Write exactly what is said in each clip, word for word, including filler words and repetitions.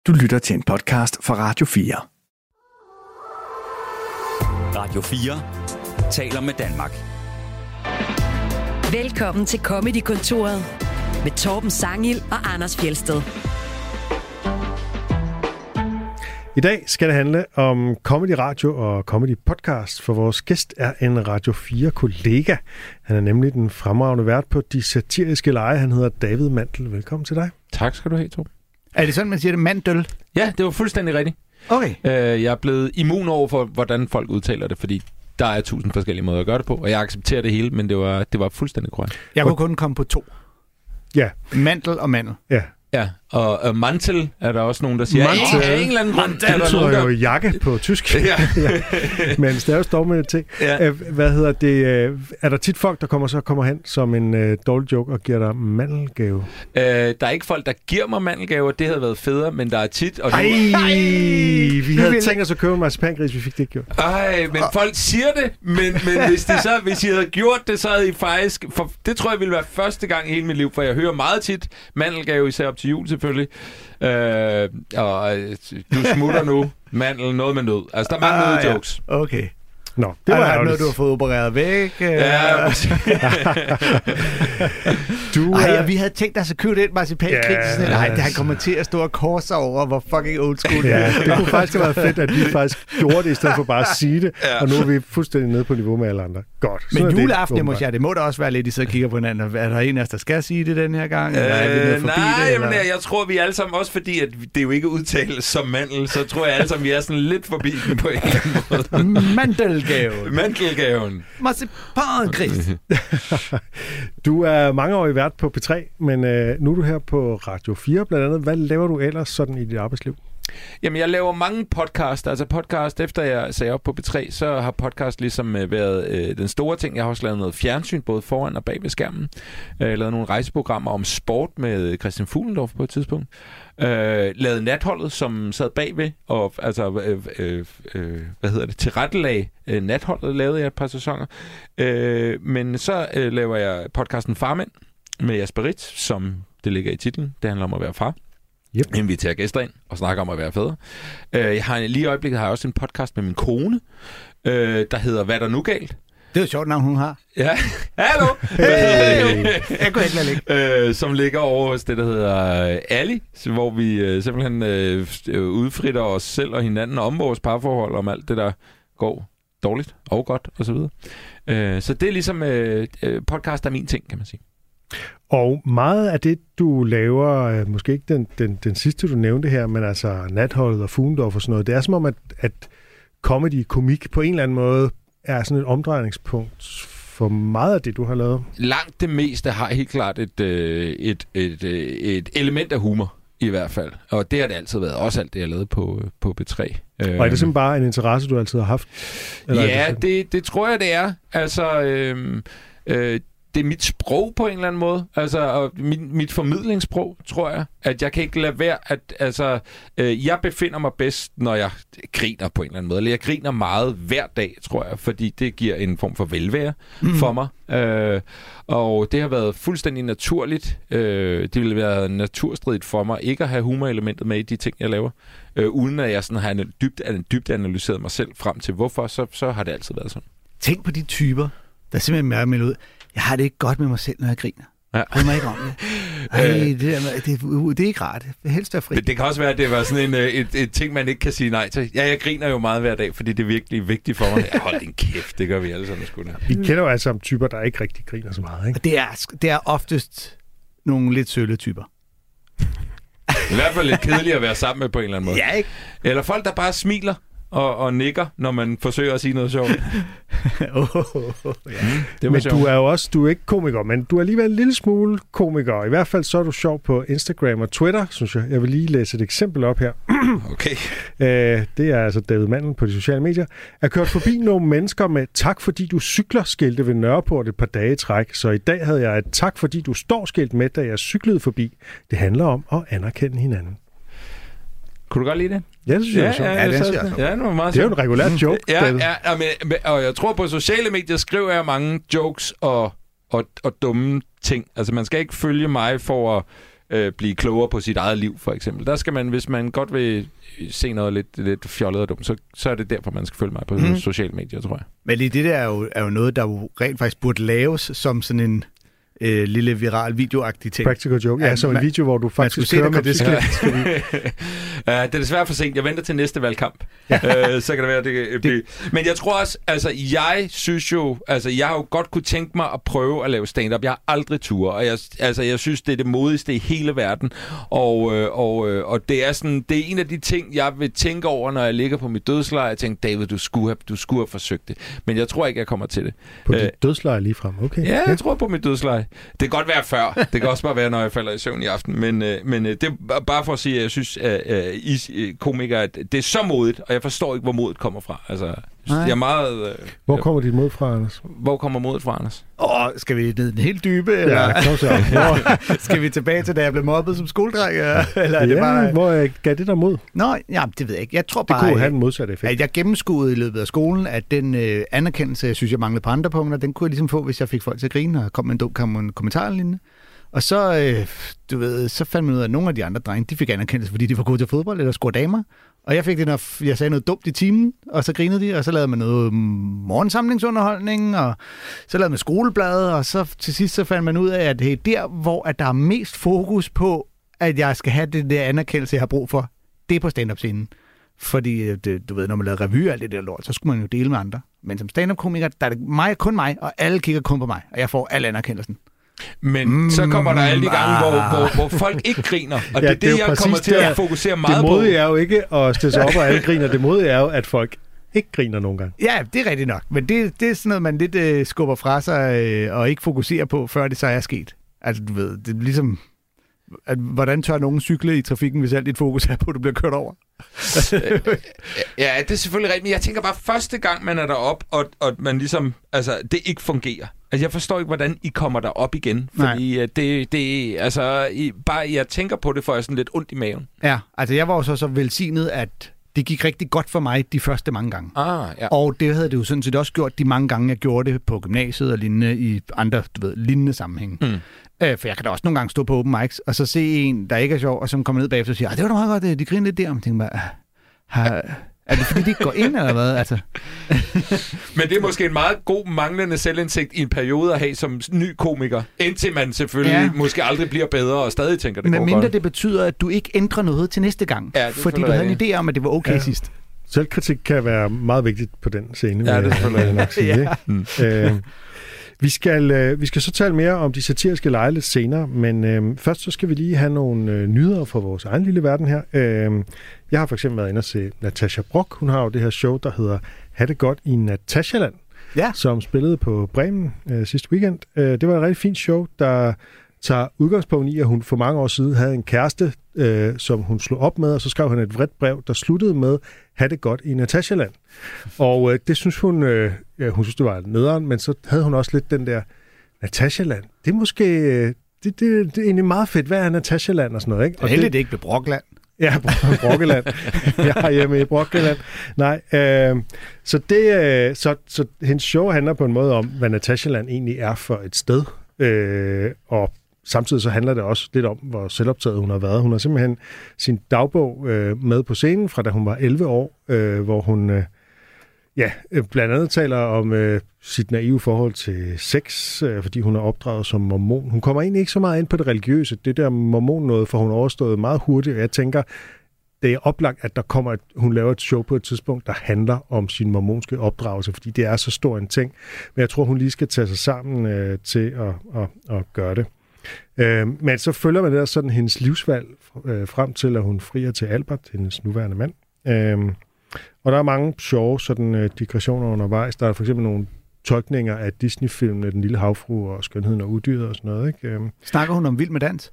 Du lytter til en podcast fra Radio fire. Radio fire taler med Danmark. Velkommen til Comedy-kontoret med Torben Sangil og Anders Fjeldsted. I dag skal det handle om comedy radio og comedy podcast, for vores gæst er en Radio fire-kollega. Han er nemlig den fremragende vært på De Satiriske Lege. Han hedder David Mandel. Velkommen til dig. Tak skal du have, Torben. Er det sådan, man siger det? Mandel? Ja, det var fuldstændig rigtigt. Okay. Øh, jeg er blevet immun over for, hvordan folk udtaler det, fordi der er tusind forskellige måder at gøre det på, og jeg accepterer det hele, men det var, det var fuldstændig korrekt. Jeg kunne kun komme på to. Ja. Mandel og mandel. Ja. Ja, og uh, mantel er der også nogen, der siger. Mantel. Af en eller anden grund er der nogen, der... jo jakke på tysk. Ja. Ja. Men det er jo dog med ting. Ja. Hvad hedder det? Er der tit folk, der kommer så kommer hen som en uh, dårlig joke og giver dig mandelgave? Uh, der er ikke folk, der giver mig mandelgaver. Det havde været federe, men der er tit... Og Ej, nu... Ej, vi havde vil... tænkt os at købe en marcipangris, vi fik det ikke gjort. Ej, men oh. folk siger det, men, men hvis, de så, hvis I havde gjort det, så havde I faktisk... For det tror jeg ville være første gang i hele mit liv, for jeg hører meget tit mandelgave, især op til jul selvfølgelig. Øh, og du smutter nu, mandel, noget med nød. Altså, der er mange ah, nød-jokes. Ja. Okay. Nå, det var er noget, du har fået opereret væk. Ja, du, Ej, ja, vi havde tænkt os at købe den marcipangris. Ja, Nej, det han kommer til at stå og korse over, hvor fucking old school det ja, det kunne faktisk have været fedt, at vi faktisk gjorde det, i stedet for bare at sige det. Ja. Og nu er vi fuldstændig nede på niveau med alle andre. Godt. Men juleaften, det, måske, det må da også være lidt, I sidder og kigger på hinanden. Er der en af os, der skal sige det den her gang? Eller er vi nede forbi nej, det, men jeg, jeg tror, vi alle sammen, også fordi at det jo ikke udtales som mandel, så tror jeg alle sammen, vi er sådan lidt forbi den på en eller anden måde. Mandel. Mandelgaven. Marcipangris. Du er mangeårig vært på P tre, men øh, nu er du her på Radio fire blandt andet. Hvad laver du ellers sådan i dit arbejdsliv? Jamen, jeg laver mange podcasts. Altså podcast, efter jeg sagde op på P tre, så har podcast ligesom øh, været øh, den store ting. Jeg har også lavet noget fjernsyn, både foran og bag ved skærmen. Jeg har lavet nogle rejseprogrammer om sport med Christian Fuglendorf på et tidspunkt. Øh, lavede Natholdet, som sad bagved, og altså, øh, øh, øh, hvad hedder det, tilrettelag øh, Natholdet, lavede jeg et par sæsoner. Øh, men så øh, laver jeg podcasten Farmænd med Jasper Ritz, som det ligger i titlen. Det handler om at være far. Yep. Inviterer gæster ind og snakker om at være fædre. Øh, jeg har, lige i øjeblikket har jeg også en podcast med min kone, øh, der hedder Hvad der nu galt? Det er et sjovt navn, hun har. Ja, hallo! Hey. Jeg kunne ikke lade ligge. Øh, som ligger over hos det, der hedder uh, Ali, hvor vi uh, simpelthen uh, udfritter os selv og hinanden om vores parforhold, om alt det, der går dårligt og godt, og så videre. Uh, så det er ligesom uh, podcast er min ting, kan man sige. Og meget af det, du laver, måske ikke den, den, den sidste, du nævnte her, men altså Natholdet og Fuglendorf og sådan noget, det er som om, at, at comedy, komik på en eller anden måde er sådan et omdrejningspunkt for meget af det, du har lavet? Langt det meste har helt klart et, et, et, et, et element af humor, i hvert fald. Og det har det altid været. Også alt det, jeg lavede på, på P tre. Og er det simpelthen bare en interesse, du altid har haft? Eller ja, det, det, det tror jeg, det er. Altså... Øh, øh, det er mit sprog på en eller anden måde. Altså, og mit, mit formidlingssprog, tror jeg. At jeg kan ikke lade være, at altså, øh, jeg befinder mig bedst, når jeg griner på en eller anden måde. Eller jeg griner meget hver dag, tror jeg, fordi det giver en form for velvære mm. for mig. Øh, og det har været fuldstændig naturligt. Øh, det ville være naturstridigt for mig ikke at have humorelementet med i de ting, jeg laver. Øh, uden at jeg sådan har dybt, dybt analyseret mig selv frem til, hvorfor, så, så har det altid været sådan. Tænk på de typer, der simpelthen mærker mig ud. Jeg har det ikke godt med mig selv, når jeg griner. Ja. Prøv mig ikke om det. Ej, det, det, det, det er ikke rart. Det er helst være fri. Men det kan også være, at det var sådan en, et, et ting, man ikke kan sige nej til. Ja, jeg griner jo meget hver dag, fordi det er virkelig vigtigt for mig. Ja, hold din kæft, det gør vi alle sammen sgu da. Vi kender jo altså om typer, der ikke rigtig griner så meget, ikke? Det er, det er oftest nogle lidt sølle typer. I hvert fald lidt kedeligt at være sammen med på en eller anden måde. Ja, ikke? Eller folk, der bare smiler. Og, og nikker, når man forsøger at sige noget sjovt. oh, oh, oh, ja. det men sjovt. Du er jo også, du er ikke komiker, men du er alligevel en lille smule komiker. I hvert fald så er du sjov på Instagram og Twitter, synes jeg. Jeg vil lige læse et eksempel op her. Okay. Æh, det er altså David Mandel på de sociale medier. Jeg kørt forbi nogle mennesker med tak fordi du cykler skilte ved Nørreport et par dage i træk. Så i dag havde jeg et tak fordi du står skilt med, da jeg cyklede forbi. Det handler om at anerkende hinanden. Kunne du godt lide det? Ja, det synes jeg ja, ja, ja, ja, det, det, synes jeg. Ja, det, var meget det er jo en regulær joke. Ja, ja, ja men, og jeg tror på sociale medier skriver jeg mange jokes og, og, og dumme ting. Altså man skal ikke følge mig for at øh, blive klogere på sit eget liv, for eksempel. Der skal man, hvis man godt vil se noget lidt, lidt fjollet og dumt, så, så er det derfor, man skal følge mig på mm. sociale medier, tror jeg. Men lige det der er jo, er jo noget, der jo rent faktisk burde laves som sådan en øh, lille viral videoagtig ting. Practical joke. Ja, som en video, hvor du faktisk kører med det skridt. Ja, det er desværre for sent. Jeg venter til næste valgkamp. Ja. Øh, så kan det være, det kan blive. Men jeg tror også, altså jeg synes jo, altså jeg har jo godt kunne tænke mig at prøve at lave stand-up. Jeg har aldrig tur, og jeg, altså jeg synes, det er det modigste i hele verden. Og, øh, og, øh, og det er sådan, det er en af de ting, jeg vil tænke over, når jeg ligger på mit dødsleje. Jeg tænker, David, du skulle have, du skulle have forsøgt det. Men jeg tror ikke, jeg kommer til det. På dit øh, dødsleje lige frem, okay. Ja, jeg tror på mit dødsleje. Det kan godt være før. Det kan også bare være, når jeg falder i søvn i aften. Men, øh, men øh, det er bare for at sige, at jeg synes, at øh, I komikere, at det er så modigt, og jeg forstår ikke, hvor modet kommer fra. Altså, jeg er meget... Øh, hvor kommer dit mod fra, Anders? Hvor kommer modet fra, Anders? Åh, oh, skal vi ned den helt dybe? Eller? Ja, kom så. Skal vi tilbage til, da jeg blev mobbet som skoledreng? Eller er ja, det bare... hvor gav det der mod? Nå, ja, det ved jeg ikke. Jeg tror bare, det kunne have en modsatte effekt. At jeg gennemskuede i løbet af skolen, at den øh, anerkendelse, jeg synes, jeg manglede på andre punkter, den kunne jeg ligesom få, hvis jeg fik folk til at grine og kom med en dum kommentar eller lignende. Og så, øh, du ved, så fandt man ud af, at nogle af de andre drenge, de fik anerkendelse, fordi de var gode til fodbold eller score damer. Og jeg fik det, når jeg sagde noget dumt i timen, og så grinede de, og så lavede man noget morgensamlingsunderholdning, og så lavede man skolebladet, og så til sidst så fandt man ud af, at det er der, hvor at der er mest fokus på, at jeg skal have det der anerkendelse, jeg har brug for, det er på stand-up-scenen. Fordi, det, du ved, når man lavede revy og alt det der lort, så skulle man jo dele med andre. Men som stand-up-komiker, der er det mig, kun mig, og alle kigger kun på mig, og jeg får al anerkendelsen. Men mm, så kommer der alle de gange, hvor, hvor, hvor folk ikke griner. Og ja, det er det, det er jeg kommer til at fokusere meget på. Det modige er jo ikke at stille sig op, og alle griner. Det modige er jo, at folk ikke griner nogen gange. Ja, det er rigtigt nok. Men det, det er sådan noget, man lidt øh, skubber fra sig øh, og ikke fokuserer på, før det så er sket. Altså, du ved, det er ligesom... At, hvordan tør nogen cykle i trafikken, hvis alt dit fokus er på, at du bliver kørt over? Ja, det er selvfølgelig rigtigt, men jeg tænker bare, første gang man er deroppe, og, og man ligesom, altså, det ikke fungerer. Altså, jeg forstår ikke, hvordan I kommer derop igen, fordi det, det, altså, I, bare jeg tænker på det, får jeg sådan lidt ondt i maven. Ja, altså, jeg var jo så, så velsignet, at det gik rigtig godt for mig de første mange gange. Ah, ja. Og det havde det jo sådan set også gjort de mange gange, jeg gjorde det på gymnasiet og lignende i andre, du ved, lignende sammenhænge. Mm. Øh, for jeg kan da også nogle gange stå på open mics, og så se en, der ikke er sjov, og som kommer ned bagefter og siger, det var da meget godt, de griner lidt der. Og man tænker bare, har, er det fordi, de ikke går ind, eller hvad? Altså. Men det er måske en meget god manglende selvindsigt i en periode at have som ny komiker, indtil man selvfølgelig ja. måske aldrig bliver bedre og stadig tænker, det Men går mindre godt. Det betyder, at du ikke ændrer noget til næste gang, ja, fordi du havde en idé om, at det var okay ja. sidst. Selvkritik kan være meget vigtigt på den scene. Ja, det er selvfølgelig nok sige, ja. mm. øh, Vi skal, øh, vi skal så tale mere om de satiriske lege lidt senere, men øh, først så skal vi lige have nogle øh, nyheder fra vores egen lille verden her. Øh, jeg har for eksempel været inde og se Natasha Brock. Hun har jo det her show, der hedder Ha' det godt i Natashaland, ja. som spillede på Bremen øh, sidste weekend. Øh, det var et rigtig fint show, der tager udgangspunkt i, at hun for mange år siden havde en kæreste, øh, som hun slog op med, og så skrev han et vredt brev, der sluttede med Ha' det godt i Natashaland. Og øh, det synes hun, øh, ja, hun synes, det var nederen, men så havde hun også lidt den der Natashaland. Det er måske, øh, det, det, det er egentlig meget fedt. Hvad er Natashaland og sådan noget, ikke? Og det er heldigt, det ikke blev Brockland. Ja, Brokkeland. Jeg er hjemme i Brokkeland. Nej, øh, så, det, øh, så, så hendes show handler på en måde om, hvad Natashaland egentlig er for et sted. Øh, og samtidig så handler det også lidt om, hvor selvoptaget hun har været. Hun har simpelthen sin dagbog øh, med på scenen, fra da hun var elleve år, øh, hvor hun øh, ja, blandt andet taler om øh, sit naive forhold til sex, øh, fordi hun er opdraget som mormon. Hun kommer egentlig ikke så meget ind på det religiøse. Det der mormon noget, for hun overstået meget hurtigt, og jeg tænker, det er oplagt, at der kommer et, hun laver et show på et tidspunkt, der handler om sin mormonske opdragelse, fordi det er så stor en ting. Men jeg tror, hun lige skal tage sig sammen øh, til at, at, at gøre det. Øh, men så følger man der sådan hendes livsvalg øh, frem til, at hun frier til Albert, hendes nuværende mand. Øh, og der er mange sjove sådan, øh, digressioner undervejs. Der er for eksempel nogle tolkninger af Disney-filmene, Den Lille Havfrue og Skønheden og Udyret og sådan noget. Ikke? Øh, Snakker hun om Vild med dans?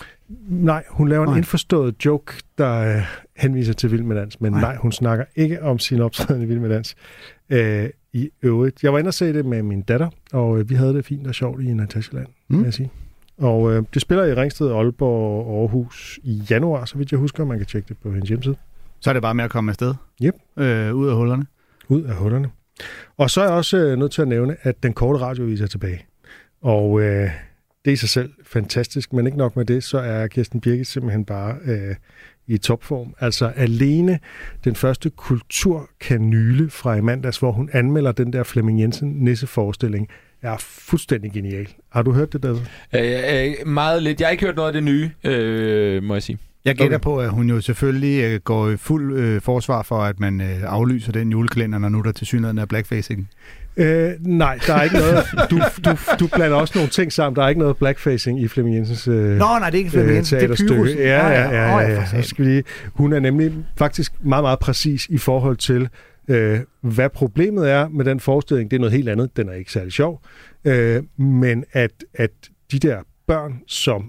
Nej, hun laver en nej. indforstået joke, der øh, henviser til Vild med dans, men nej. nej, hun snakker ikke om sin optræden i Vild med dans øh, i øvrigt. Jeg var inde og se det med min datter, og øh, vi havde det fint og sjovt i Natashaland, mm. vil jeg sige. Og øh, det spiller i Ringsted, Aalborg og Aarhus i januar, så vidt jeg husker, man kan tjekke det på hendes hjemmeside. Så er det bare med at komme afsted? Yep. Øh, ud af hullerne? Ud af hullerne. Og så er jeg også øh, nødt til at nævne, at den korte radiovis er tilbage. Og øh, det er i sig selv fantastisk, men ikke nok med det, så er Kirsten Birgit simpelthen bare øh, i topform. Altså alene den første kulturkanyle fra i mandags, hvor hun anmelder den der Flemming Jensen-nisse-forestilling, er fuldstændig genial. Har du hørt det, David? Øh, øh, meget lidt. Jeg har ikke hørt noget af det nye, øh, må jeg sige. Jeg gætter okay. på, at hun jo selvfølgelig øh, går i fuld øh, forsvar for, at man øh, aflyser den julekalender, når nu der til synligheden er blackfacing. Øh, nej, der er ikke noget. Du, du, du blander også nogle ting sammen. Der er ikke noget blackfacing i Flemming Jensens øh, Nå, nej, det er ikke Flemming Jensen, det er Pyrus. Ja, ja, ja. ja, ja. Skal lige, hun er nemlig faktisk meget, meget præcis i forhold til, øh, hvad problemet er med den forestilling. Det er noget helt andet. Den er ikke særlig sjov. Øh, men at, at de der børn, som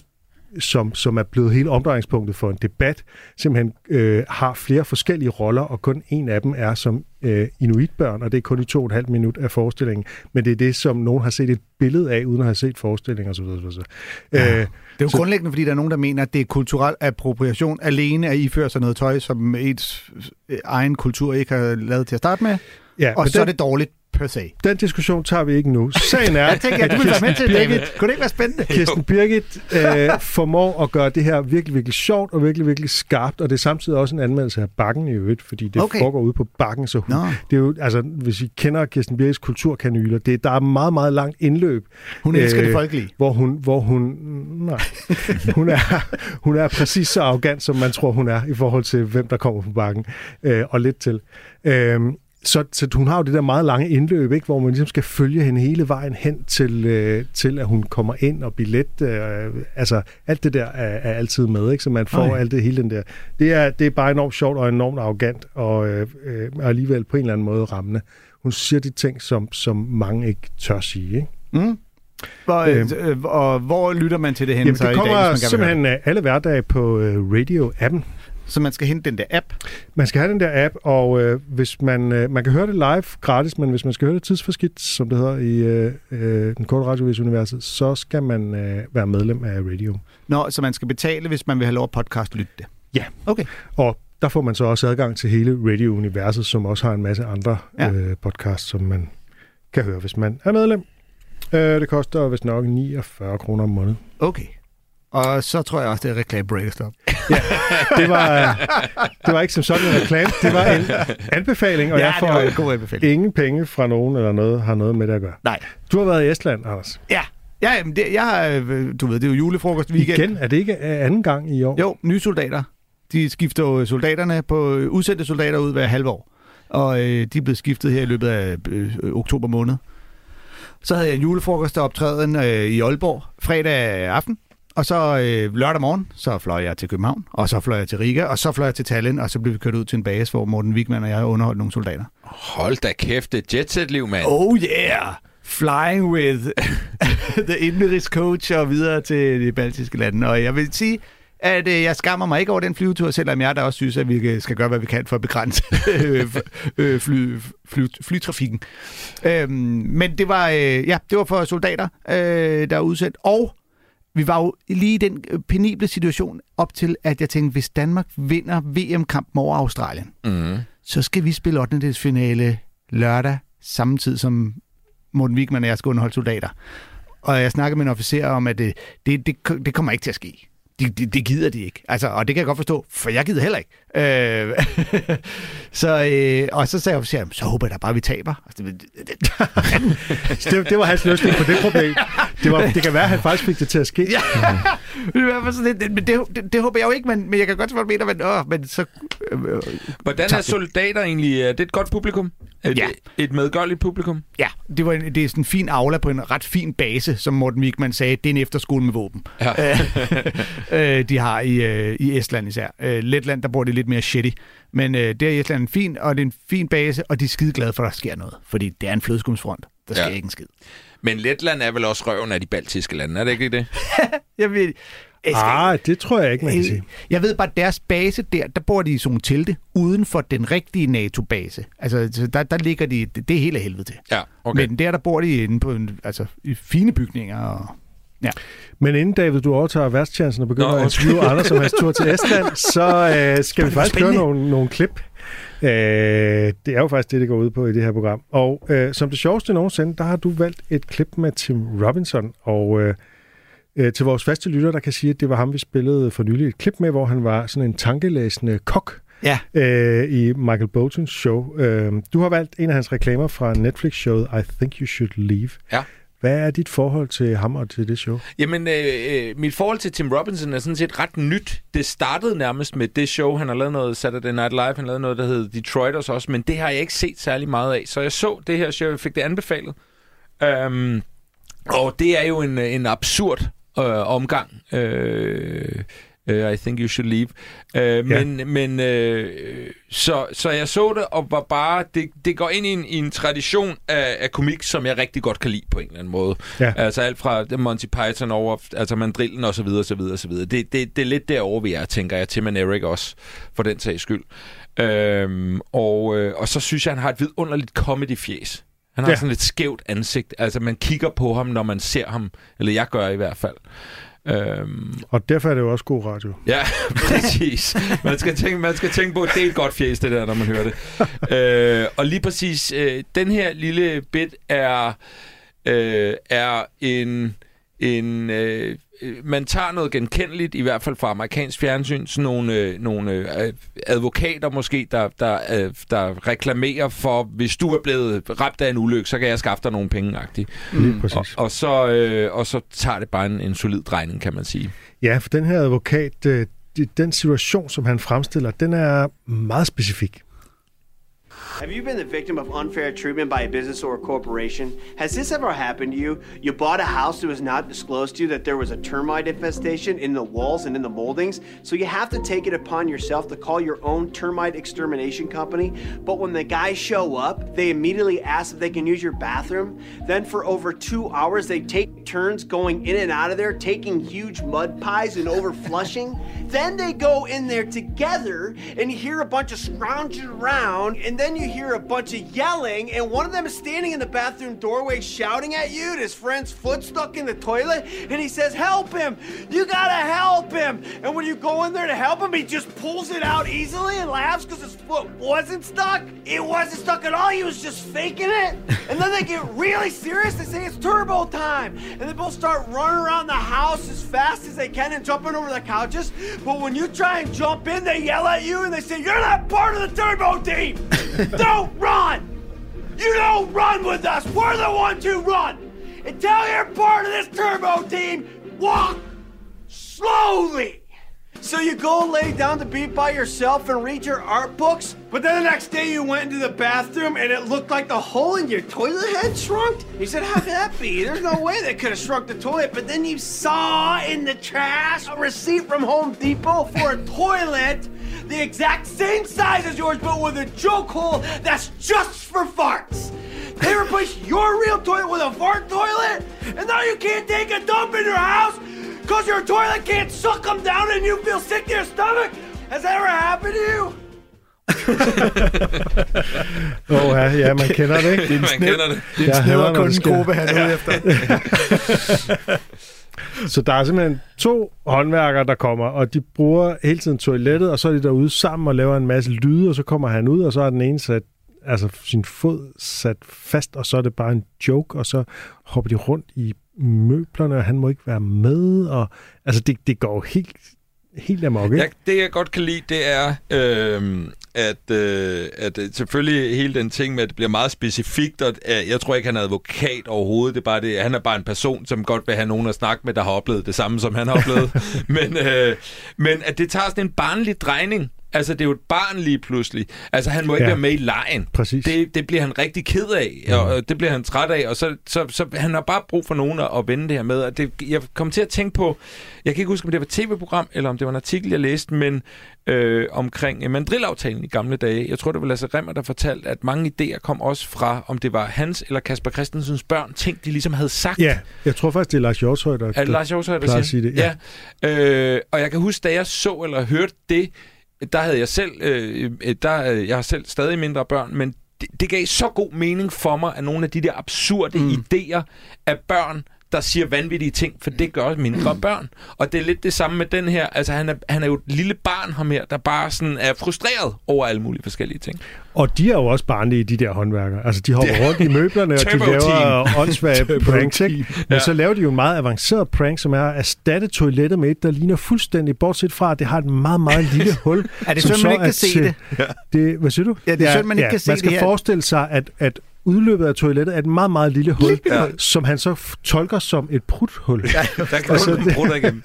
Som, som er blevet hele omdrejningspunktet for en debat, simpelthen øh, har flere forskellige roller, og kun en af dem er som øh, inuitbørn, og det er kun i to og et halvt minut af forestillingen. Men det er det, som nogen har set et billede af, uden at have set forestillingen osv. osv. Ja. Øh, det er jo så grundlæggende, fordi der er nogen, der mener, at det er kulturel appropriation alene at iføre sig noget tøj, som ens egen kultur ikke har lavet til at starte med, ja, og så den, er det dårligt. Per se. Den diskussion tager vi ikke nu. Sagen er, jeg tænker, at du vil være med til, David. Kunne det ikke være spændende? Kirsten Birgit øh, formår at gøre det her virkelig, virkelig sjovt og virkelig, virkelig skarpt, og det er samtidig også en anmeldelse af Bakken i øvrigt, fordi det okay. foregår ude på Bakken, så hun, det er jo, altså, hvis I kender Kirsten Birgits kulturkanyler, det, der er meget, meget langt indløb. Hun elsker øh, det folkelige. Hvor hun, hvor hun, nej, hun er, hun er præcis så arrogant, som man tror, hun er, i forhold til, hvem der kommer på Bakken, øh, og lidt til. Øh, Så, så hun har jo det der meget lange indløb, ikke, hvor man ligesom skal følge hende hele vejen hen til, øh, til at hun kommer ind, og billet, øh, altså alt det der er, er altid med, ikke, så man får Ej. alt det hele den der. Det er, det er bare enormt sjovt og enormt arrogant, og øh, øh, alligevel på en eller anden måde rammende. Hun siger de ting, som, som mange ikke tør sige, ikke? Mm. Hvor, øh, og hvor lytter man til det hen? Jamen, det kommer i dag, simpelthen alle hverdage på øh, radio-appen. Så man skal hente den der app? Man skal have den der app, og øh, hvis man, øh, man kan høre det live gratis, men hvis man skal høre det tidsforskidt, som det hedder i øh, øh, den korte radiovis-universet, så skal man øh, være medlem af radio. Nå, så man skal betale, hvis man vil have lov at podcast-lytte det? Ja. Okay. Og der får man så også adgang til hele radio-universet, som også har en masse andre ja. øh, podcasts, som man kan høre, hvis man er medlem. Øh, det koster vist nok niogfyrre kroner om måneden. Okay. Og så tror jeg også, det er reklamebreakstop. Ja, det var, det var ikke som sådan en reklame, det var en anbefaling, og ja, jeg får en god anbefaling. Ingen penge fra nogen eller noget har noget med det at gøre. Nej. Du har været i Estland, Anders. Ja, ja jamen det, jeg har, du ved, det er jo julefrokost weekend. Igen, er det ikke anden gang i år? Jo, nye soldater. De skifter jo soldaterne på udsendte soldater ud hver halve år. Og øh, de er blevet skiftet her i løbet af øh, oktober måned. Så havde jeg en julefrokost optræden øh, i Aalborg fredag aften. Og så øh, lørdag morgen, så fløj jeg til København, og så fløj jeg til Riga, og så fløj jeg til Tallinn, og så blev vi kørt ud til en base, hvor Morten Wigman og jeg underholdt nogle soldater. Hold da kæft, det jetset-liv, mand. Oh yeah! Flying with the indrigscoach og videre til de baltiske lande. Og jeg vil sige, at øh, jeg skammer mig ikke over den flyvetur, selvom jeg da også synes, at vi skal gøre, hvad vi kan for at begrænse fly, fly, fly, flytrafikken. Øhm, men det var, øh, ja, det var for soldater, øh, der er udsendt, og vi var jo lige i den penible situation op til, at jeg tænkte, hvis Danmark vinder V M-kampen over Australien, mm. så skal vi spille ottendedelsfinale lørdag, samtidig som Morten Wigman og jeg skal underholde soldater. Og jeg snakkede med en officer om, at det, det, det, det kommer ikke til at ske. Det de, de gider de ikke. Altså, og det kan jeg godt forstå, for jeg gider heller ikke. Øh, så, øh, og så sagde jeg officeren, så håber jeg da bare, vi taber. Altså, det, det, det var hans løsning på det problem. Det, var, det kan være, at han faktisk fik det til at ske. Ja. det, det, det, det, det håber jeg jo ikke, men, men jeg kan godt spørge mener, men, åh, men så... Øh, Hvordan er soldater egentlig? Er det et godt publikum? Er ja. det et medgørligt publikum? Ja, det, var en, det er sådan en fin aula på en ret fin base, som Morten Wigman sagde, det er en efterskole med våben. Ja. de har i, i Estland især. Letland, der bor det lidt mere shitty. Men det er i Estland en fin, og det er en fin base, og de er skide glade for, at der sker noget. Fordi det er en flødeskumsfront. Der sker ja. ikke en skid. Men Letland er vel også røven af de baltiske lande, er det ikke det? jeg ved... Ah, det tror jeg ikke, man kan sige. Jeg ved bare, at deres base der, der bor de i sådan nogle telte, uden for den rigtige NATO-base. Altså, der, der ligger de, det er helt af helvede til. Ja, okay. Men der, der bor de inde på en, altså, i fine bygninger. Og, ja. Men inden, David, du overtager værtschancen og begynder Nå, at interviewe Anders om hans tur til Estland, så øh, skal vi faktisk høre nogle, nogle klip. Øh, det er jo faktisk det, det går ud på i det her program. Og øh, som det sjoveste nogensinde, der har du valgt et klip med Tim Robinson, og... Øh, Øh, til vores faste lytter, der kan sige, at det var ham, vi spillede for nylig et klip med, hvor han var sådan en tankelæsende kok Ja. øh, i Michael Boltons show. Øh, du har valgt en af hans reklamer fra Netflix-showet I Think You Should Leave. Ja. Hvad er dit forhold til ham og til det show? Jamen, øh, mit forhold til Tim Robinson er sådan set ret nyt. Det startede nærmest med det show. Han har lavet noget Saturday Night Live, han har lavet noget, der hedder Detroiters også, men det har jeg ikke set særlig meget af. Så jeg så det her show, jeg fik det anbefalet. Um, og det er jo en, en absurd øh, omgang. Øh, Uh, I Think You Should Leave. Uh, men ja. men uh, så, så jeg så det, og var bare... Det, det går ind i en, i en tradition af, af komik, som jeg rigtig godt kan lide på en eller anden måde. Ja. Altså alt fra Monty Python over, altså Mandrillen og så videre, så videre, så videre. Det, det, det er lidt derovre, vi er, tænker jeg. Tim and Eric også, for den sags skyld. Uh, og, uh, og så synes jeg, han har et vidunderligt comedy-fjes. Han har ja. sådan et skævt ansigt. Altså, man kigger på ham, når man ser ham. Eller jeg gør i hvert fald. Øhm, og derfor er det jo også god radio. Ja, præcis. Man skal tænke, man skal tænke på, at det er et godt fjes, det der, når man hører det. øh, og lige præcis, øh, den her lille bit er, øh, er en... en øh, man tager noget genkendeligt, i hvert fald fra amerikansk fjernsyn, sådan nogle, øh, nogle øh, advokater måske, der, der, øh, der reklamerer for, hvis du er blevet ramt af en ulykke, så kan jeg skaffe dig nogle penge-agtigt. Mm. Og, og, så, øh, og så tager det bare en, en solid drejning, kan man sige. Ja, for den her advokat, øh, den situation, som han fremstiller, den er meget specifik. Have you been the victim of unfair treatment by a business or a corporation? Has this ever happened to you? You bought a house that was not disclosed to you that there was a termite infestation in the walls and in the moldings, so you have to take it upon yourself to call your own termite extermination company. But when the guys show up, they immediately ask if they can use your bathroom. Then for over two hours, they take turns going in and out of there, taking huge mud pies and over flushing. Then they go in there together and you hear a bunch of scrounging around, and then you hear a bunch of yelling, and one of them is standing in the bathroom doorway shouting at you, and his friend's foot stuck in the toilet, and he says, "Help him! You gotta help him!" And when you go in there to help him, he just pulls it out easily and laughs because his foot wasn't stuck. It wasn't stuck at all, he was just faking it. And then they get really serious, they say it's turbo time, and they both start running around the house as fast as they can and jumping over the couches. But when you try and jump in, they yell at you and they say, "You're not part of the turbo team! Don't run! You don't run with us! We're the ones who run! Until you're part of this turbo team, walk slowly!" So you go and lay down to be by yourself and read your art books, but then the next day you went into the bathroom and it looked like the hole in your toilet had shrunk. You said, "How could that be? There's no way they could have shrunk the toilet." But then you saw in the trash a receipt from Home Depot for a toilet the exact same size as yours, but with a joke hole that's just for farts. They replaced your real toilet with a fart toilet, and now you can't take a dump in your house because your toilet can't suck them down and you feel sick to your stomach. Has that ever happened to you? Åh oh, ja, ja, man kender det, ikke? Det er man kender det. Det er en snæver kundegruppe, han er ude efter. Så der er simpelthen to håndværkere, der kommer, og de bruger hele tiden toilettet, og så er de derude sammen og laver en masse lyde, og så kommer han ud, og så er den ene sat, altså sin fod sat fast, og så er det bare en joke, og så hopper de rundt i møblerne, og han må ikke være med, og altså det, det går helt, helt amok, ikke? Ja, det jeg godt kan lide, det er, øh, at, øh, at selvfølgelig hele den ting med, at det bliver meget specifikt, og øh, jeg tror ikke, han er advokat overhovedet, det er bare det, han er bare en person, som godt vil have nogen at snakke med, der har oplevet det samme, som han har oplevet, men, øh, men at det tager sådan en barnlig drejning. Altså, det er jo et barn lige pludselig. Altså, han må ikke ja, være med i lejen. Præcis. Det, det bliver han rigtig ked af, mm. og det bliver han træt af, og så, så, så han har bare brug for nogen at, at vende det her med. Og det, jeg kom til at tænke på, jeg kan ikke huske, om det var et tv-program, eller om det var en artikel, jeg læste, men øh, omkring mandrillaftalen i gamle dage. Jeg tror, det var Lasse Rimmer, der fortalte, at mange idéer kom også fra, om det var hans eller Kasper Christensens børn, ting, de ligesom havde sagt. Ja, jeg tror faktisk, det er Lars Hjortshøj, der, er det Lars Hjortshøj, der plejer siger at sige det. Ja. ja. Øh, og jeg kan huske, da jeg så eller hørte det, der havde jeg selv, øh, der, jeg har selv stadig mindre børn, men det, det gav så god mening for mig, at nogle af de der absurde mm. idéer af børn, der siger vanvittige ting, for det gør mindre børn. Og det er lidt det samme med den her. Altså, han er, han er jo et lille barn, ham her, der bare sådan er frustreret over alle mulige forskellige ting. Og de er jo også barnlige, de der håndværkere. Altså, de hopper rundt i møblerne, og de laver åndssvage pranks, ikke? Men ja. Så laver de jo en meget avanceret prank, som er at erstatte toilettet med et, der ligner fuldstændig, bortset fra, at det har et meget, meget lille hul. Er det sådan, man ikke kan se det? det? Hvad siger du? Ja, det er sådan, man ikke ja, kan se man skal det forestille sig, at, at udløbet af toilettet er et meget, meget lille hul, ja. som han så f- tolker som et pruthul. Ja, der kan du den prutter igennem.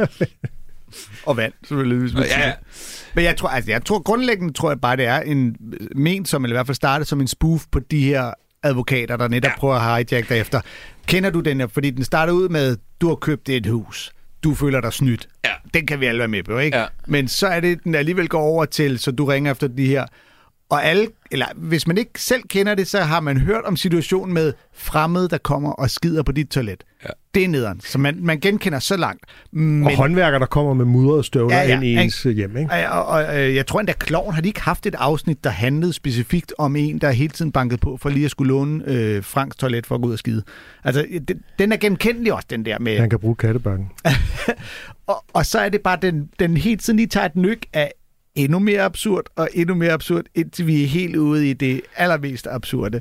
Og vand, selvfølgelig. Ja, ja. Men jeg tror, altså, jeg tror grundlæggende tror jeg bare, det er en ment som, eller i hvert fald startet som en spoof på de her advokater, der netop ja. prøver at hijack derefter. Kender du den her? Fordi den starter ud med, du har købt et hus. Du føler dig snydt. Ja. Den kan vi alle være med på, ikke? Ja. Men så er det, den alligevel går over til, så du ringer efter de her. Og alle, eller hvis man ikke selv kender det, så har man hørt om situationen med fremmede, der kommer og skider på dit toilet. Ja. Det er nederen. Så man, man genkender så langt. Men... Og håndværkere, der kommer med mudrede støvler ja, ja, ind i ens ikke? hjem, ikke? Og, og, og jeg tror endda, Klovn har de ikke haft et afsnit, der handlede specifikt om en, der hele tiden bankede på for lige at skulle låne øh, Franks toilet for at gå ud og skide. Altså, den, den er genkendelig også, den der med... Han kan bruge kattebanken. og, og så er det bare, den, den hele tiden lige tager et nyk af endnu mere absurd, og endnu mere absurd, indtil vi er helt ude i det allermest absurde.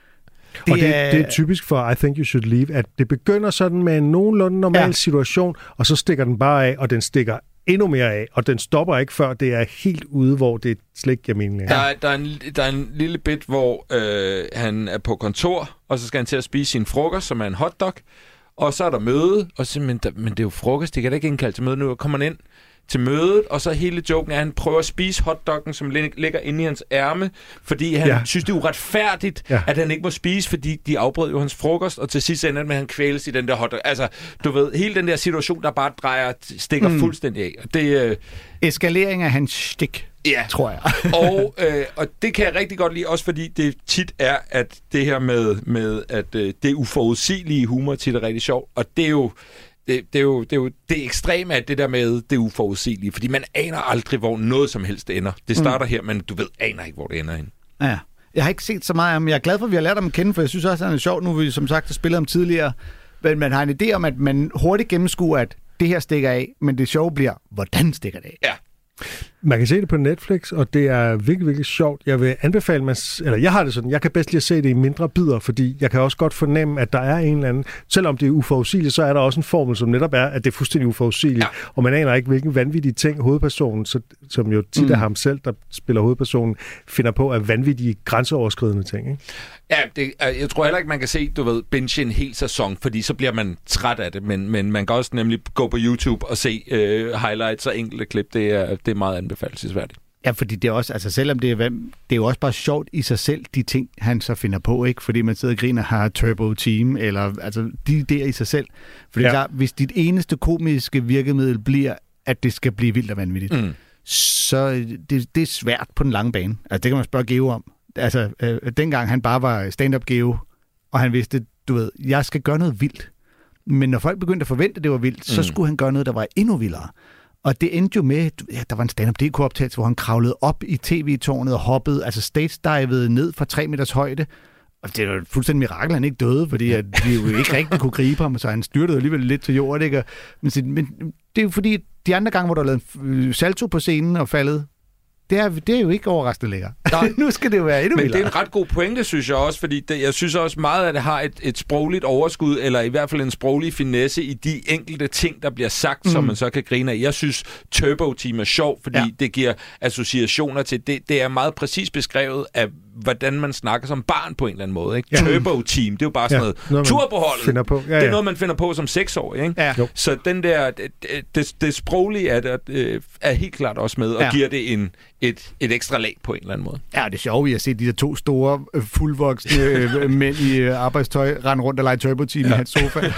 Det og det, er... det er typisk for I Think You Should Leave, at det begynder sådan med en nogenlunde normal ja. situation, og så stikker den bare af, og den stikker endnu mere af, og den stopper ikke, før det er helt ude, hvor det slet ikke giver mening. Der er, der, er en, der er en lille bit, hvor øh, han er på kontor, og så skal han til at spise sin frokost, som er en hotdog, og så er der møde, og så, men, der, men det er jo frokost, det kan da ikke indkalde til møde nu, og kommer han ind til mødet, og så hele joken er, at han prøver at spise hotdoggen, som ligger inde i hans ærme, fordi han ja. synes, det er uretfærdigt, ja. at han ikke må spise, fordi de afbrød jo hans frokost, og til sidst ender det med, at han kvæles i den der hotdog. Altså, du ved, hele den der situation, der bare drejer, stikker mm. fuldstændig af. Og det, øh... eskalering af hans stik, ja. tror jeg. og, øh, og det kan jeg rigtig godt lide, også fordi det tit er, at det her med, med at øh, det uforudsigelige humor tit er rigtig sjovt, og det er jo Det, det, er jo, det er jo det ekstreme af det der med det uforudsigelige, fordi man aner aldrig, hvor noget som helst ender. Det starter mm. her, men du ved, aner ikke, hvor det ender hen. Ja, jeg har ikke set så meget af ham. Jeg er glad for, at vi har lært ham at kende, for jeg synes også, at han er sjov. Nu har vi som sagt spillet ham tidligere. Men man har en idé om, at man hurtigt gennemskuer, at det her stikker af, men det sjove bliver, hvordan stikker det af? Ja. Man kan se det på Netflix, og det er virkelig, virkelig sjovt. Jeg vil anbefale, man, eller jeg har det sådan, jeg kan bedst lige at se det i mindre bidder, fordi jeg kan også godt fornemme, at der er en eller anden, selvom det er uforudsigeligt, så er der også en formel, som netop er, at det er fuldstændig uforudsigeligt, ja. og man aner ikke, hvilken vanvittige ting hovedpersonen, så, som jo tit er mm. ham selv, der spiller hovedpersonen, finder på af vanvittige, grænseoverskridende ting, ikke? Ja, det, jeg tror heller ikke, man kan se, du ved, binge en hel sæson, fordi så bliver man træt af det, men, men man kan også nemlig gå på YouTube og se øh, highlights og enkelte klip. Det er, det er meget anbefalelsesværdigt. Ja, fordi det er også, altså selvom det er, det er jo også bare sjovt i sig selv, de ting, han så finder på, ikke? Fordi man sidder og griner, har Turbo Team, eller altså de der i sig selv. Fordi ja. klar, hvis dit eneste komiske virkemiddel bliver, at det skal blive vildt og vanvittigt, mm. så det, det er svært på den lange bane. Altså det kan man spørge Geo om. Altså, øh, dengang han bare var stand-up Geo, og han vidste, du ved, jeg skal gøre noget vildt. Men når folk begyndte at forvente, at det var vildt, mm. så skulle han gøre noget, der var endnu vildere. Og det endte jo med, ja, der var en stand-up D K-optagelse, hvor han kravlede op i tv-tårnet og hoppede, altså stage-divede ned fra tre meters højde. Og det var fuldstændig mirakel, han ikke døde, fordi at de jo ikke rigtig kunne gribe ham, så han styrtede alligevel lidt til jorden, ikke? Men, men det er jo fordi, de andre gange, hvor der lavede en salto på scenen og faldet, Det er, det er jo ikke overraskende længere. Nu skal det jo være endnu Men vildere. det er en ret god pointe, synes jeg også, fordi det, jeg synes også meget, at det har et, et sprogligt overskud, eller i hvert fald en sproglig finesse i de enkelte ting, der bliver sagt, mm. som man så kan grine af. Jeg synes, Turbo Team er sjov, fordi ja. det giver associationer til det. Det er meget præcis beskrevet af, hvordan man snakker som barn på en eller anden måde. Ikke? Ja. Turbo Team, det er jo bare sådan ja. noget, noget turboholdet. På. Ja, ja. Det er noget, man finder på som seksårig. Ikke? Ja. Så den der, det, det, det sproglige er, det, er helt klart også med, og ja. giver det en, et, et ekstra lag på en eller anden måde. Ja, det er sjovt, at se de der to store, fuldvoksne mænd i arbejdstøj rende rundt og lege Turbo Team ja. i hans sofa.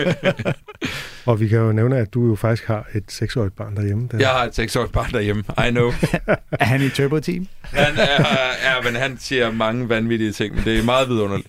Og vi kan jo nævne, at du jo faktisk har et seksårigt barn derhjemme. Der. Jeg har et seksårigt barn derhjemme, I know. Er han i Turbo Team? Han er, ja, men han siger mange vanvittige ting, men det er meget vidunderligt.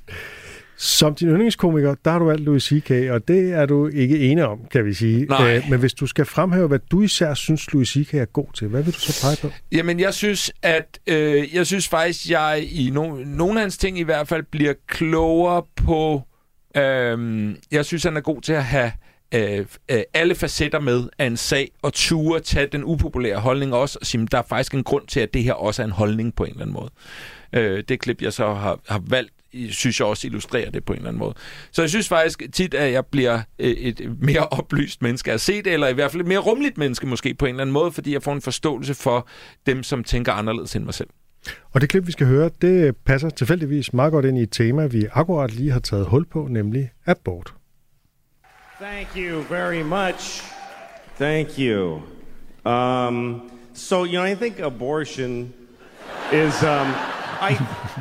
Som din yndlingskomiker, der har du valgt Louis C K, og det er du ikke enig om, kan vi sige. Nej. Men hvis du skal fremhæve, hvad du især synes, Louis C K er god til, hvad vil du så pege på? Jamen, jeg synes, at øh, jeg synes faktisk, jeg i no- nogle af hans ting i hvert fald bliver klogere på Øhm, jeg synes, han er god til at have øh, øh, alle facetter med af en sag, og ture tage den upopulære holdning også, og sige, der er faktisk en grund til, at det her også er en holdning på en eller anden måde. Øh, det klip, jeg så har, har valgt, synes jeg også illustrerer det på en eller anden måde. Så jeg synes faktisk tit, at jeg bliver et mere oplyst menneske at se det, eller i hvert fald et mere rummeligt menneske måske på en eller anden måde, fordi jeg får en forståelse for dem, som tænker anderledes end mig selv. Og det klip, vi skal høre, det passer tilfældigvis meget godt ind i et tema, vi akkurat lige har taget hul på, nemlig abort. Thank you very much. Thank you. Um, so, you know, I think abortion is... Um, I...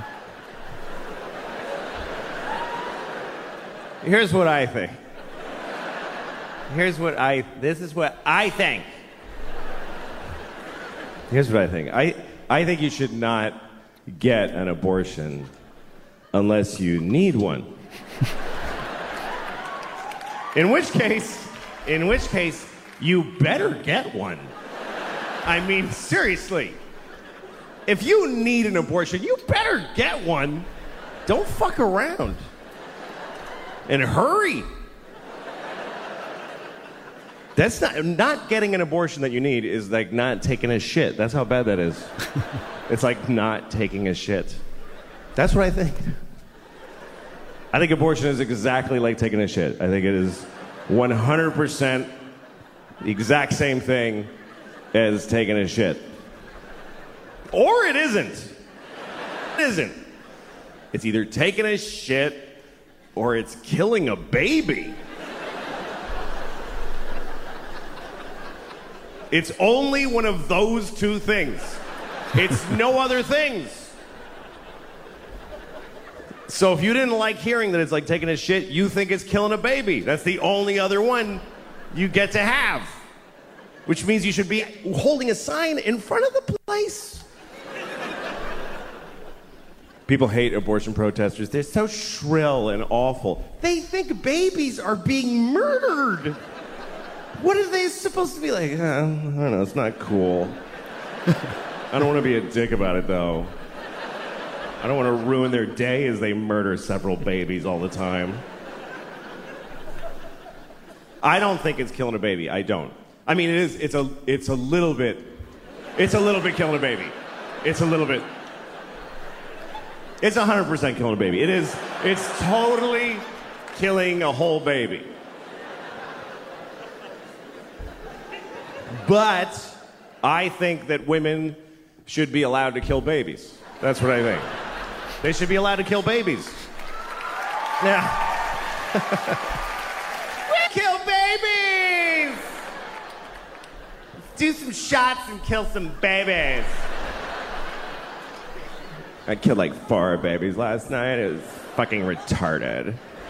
Here's what I think. Here's what I... This is what I think. Here's what I think. I... I think you should not get an abortion unless you need one. In which case, in which case, you better get one. I mean, seriously. If you need an abortion, you better get one. Don't fuck around. And hurry. That's not not getting an abortion that you need is like not taking a shit. That's how bad that is. It's like not taking a shit. That's what I think. I think abortion is exactly like taking a shit. I think it is one hundred percent the exact same thing as taking a shit. Or it isn't. It isn't. It's either taking a shit or it's killing a baby. It's only one of those two things. It's no other things. So if you didn't like hearing that it's like taking a shit, you think it's killing a baby. That's the only other one you get to have. Which means you should be holding a sign in front of the place. People hate abortion protesters. They're so shrill and awful. They think babies are being murdered. What are they supposed to be like? Uh, I don't know, it's not cool. I don't want to be a dick about it, though. I don't want to ruin their day as they murder several babies all the time. I don't think it's killing a baby. I don't. I mean, it is. It's a. It's a little bit. It's a little bit killing a baby. It's a little bit. It's one hundred percent killing a baby. It is. It's totally killing a whole baby. But I think that women should be allowed to kill babies. That's what I think. They should be allowed to kill babies. Yeah. We kill babies! Do some shots and kill some babies. I killed like four babies last night. It was fucking retarded.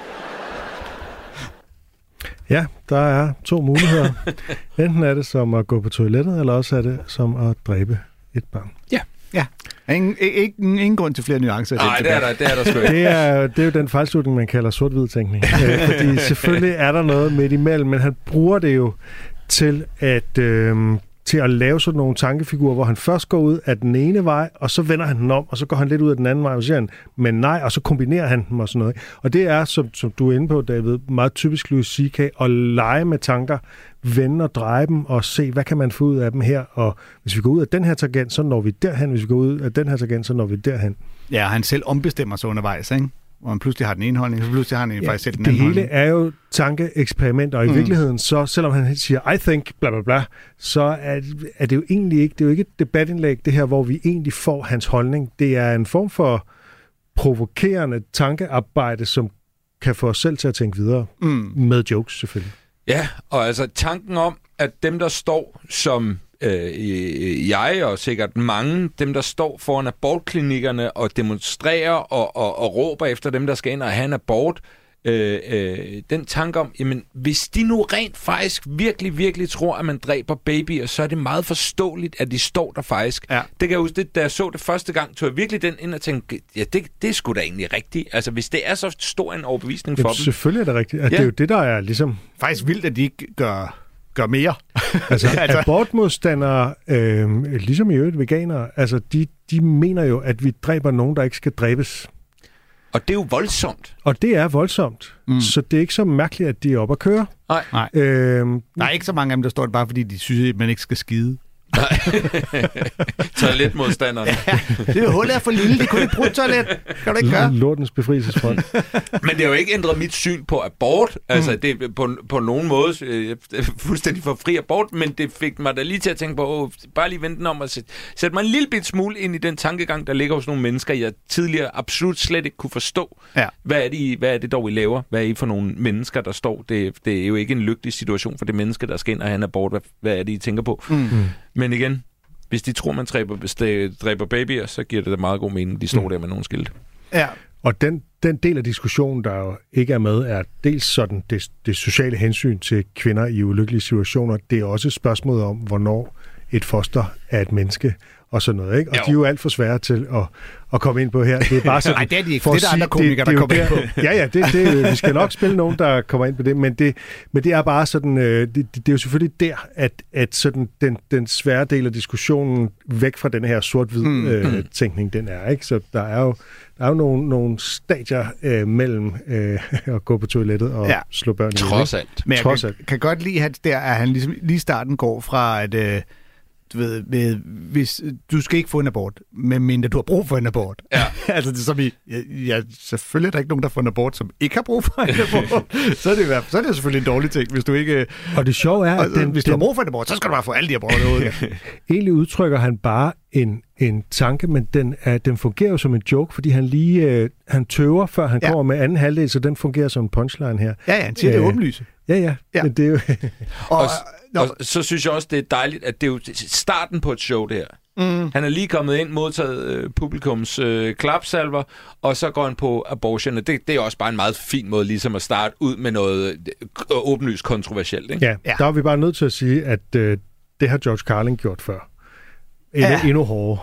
Ja, der er to muligheder. Enten er det som at gå på toilettet, eller også er det som at dræbe et barn. Ja. Ja. Ingen, ikke, ingen grund til flere nuancer. Nej, det er der, det er der sgu ikke. Det er, det er jo den fejlslutning, man kalder sort-hvid tænkning. øh, fordi selvfølgelig er der noget midt imellem, men han bruger det jo til at, øh, til at lave sådan nogle tankefigurer, hvor han først går ud af den ene vej, og så vender han den om, og så går han lidt ud af den anden vej, og så siger han, men nej, og så kombinerer han dem og sådan noget. Og det er, som, som du er inde på, David, meget typisk Louis C K, at lege med tanker, vende og dreje dem, og se, hvad kan man få ud af dem her, og hvis vi går ud af den her tangent, så når vi derhen, hvis vi går ud af den her tangent, så når vi derhen. Ja, han selv ombestemmer sig undervejs, ikke? Hvor han pludselig har den ene holdning, så pludselig har han ja, faktisk selv den anden holdning. Det hele er jo tankeeksperimenter, og i mm. virkeligheden, så selvom han siger, I think, bla bla bla, så er, er det jo egentlig ikke, det er jo ikke et debatindlæg, det her, hvor vi egentlig får hans holdning. Det er en form for provokerende tankearbejde, som kan få os selv til at tænke videre, mm. med jokes selvfølgelig. Ja, og altså tanken om, at dem, der står som øh, jeg og sikkert mange, dem, der står foran abortklinikkerne og demonstrerer og, og, og råber efter dem, der skal ind og have en abort, øh, øh, den tanke om, jamen, hvis de nu rent faktisk virkelig, virkelig tror, at man dræber babyer, så er det meget forståeligt, at de står der faktisk. Ja. Det kan jeg huske, da jeg så det første gang, tog jeg virkelig den ind og tænkte, ja, det, det er sgu da egentlig rigtigt. Altså, hvis det er så stor en overbevisning for jamen, dem. Selvfølgelig er det rigtigt. Ja. Det er jo det, der er ligesom... Faktisk vildt, at de ikke gør... gør mere. altså, abortmodstandere, øh, ligesom i øvrigt veganere, altså, de, de mener jo, at vi dræber nogen, der ikke skal dræbes. Og det er jo voldsomt. Og det er voldsomt. Mm. Så det er ikke så mærkeligt, at de er oppe at køre. Nej. Nej. Øhm, Der er ikke så mange af dem, der står det bare, fordi de synes, at man ikke skal skide. Nej. Toiletmodstanderne. Ja, det er jo hullet er for lille. De kunne ikke bruge et toilet. Kan du ikke gøre? Lortens befrielsesfront. Men det har jo ikke ændret mit syn på abort. Altså, mm. det er på, på nogen måde øh, fuldstændig for fri abort, men det fik mig da lige til at tænke på, åh, bare lige vente om at sætte, sætte mig en lille bit smule ind i den tankegang, der ligger hos nogle mennesker, jeg tidligere absolut slet ikke kunne forstå. Ja. Hvad er det, I, hvad er det dog, I laver? Hvad er I for nogle mennesker, der står? Det, det er jo ikke en lykkelig situation for det menneske, der skal ind og have en abort. Hvad, hvad er det, I tænker på? Mm. Men igen, hvis de tror, man dræber, dræber babyer, så giver det da meget god mening, de står mm. der med nogle skilte. Ja. Og den, den del af diskussionen, der jo ikke er med, er dels sådan det, det sociale hensyn til kvinder i ulykkelige situationer. Det er også et spørgsmål om, hvornår et foster er et menneske og sådan noget, ikke? Og jo. De er jo alt for svære til at, at komme ind på her. Det er bare sådan... Nej, det er de ikke. Det er der andre komikere, der kommer ind på. Ja, ja, det, det, vi skal nok spille nogen, der kommer ind på det, men det, men det er bare sådan... Det, det er jo selvfølgelig der, at, at sådan den, den svære del af diskussionen væk fra den her sort-hvid mm. øh, tænkning, den er, ikke? Så der er jo, der er jo nogle, nogle stadier øh, mellem øh, at gå på toilettet og ja. slå børn i. Trods alt. Men jeg Trods kan, alt. kan godt lide, at der, at han ligesom lige starten går fra, at... Øh, du ved, med, hvis du skal ikke få en abort, medmindre du har brug for en abort. Ja. altså det er som i, ja, ja, selvfølgelig er der ikke nogen, der får en abort, som ikke har brug for en abort. så, er det, så er det selvfølgelig en dårlig ting, hvis du ikke... Og det sjove er, at den, hvis du den, har brug for en abort, så skal du bare få alle de aborter ud. Egentlig udtrykker han bare en, en tanke, men den, er, den fungerer jo som en joke, fordi han lige øh, han tøver, før han ja. kommer med anden halvdel, så den fungerer som en punchline her. Ja, ja, han siger, øh, det er åbenlyse. Ja, ja, ja, men det er jo... og, og så synes jeg også, det er dejligt, at det er jo starten på et show, det her. Mm. Han er lige kommet ind, modtaget øh, publikums øh, klapsalver, og så går han på abortion. Det, det er også bare en meget fin måde ligesom at starte ud med noget øh, åbenlyst kontroversielt. Ikke? Ja, ja, der er vi bare nødt til at sige, at øh, det har George Carlin gjort før. Endnu, ja. endnu hårdere.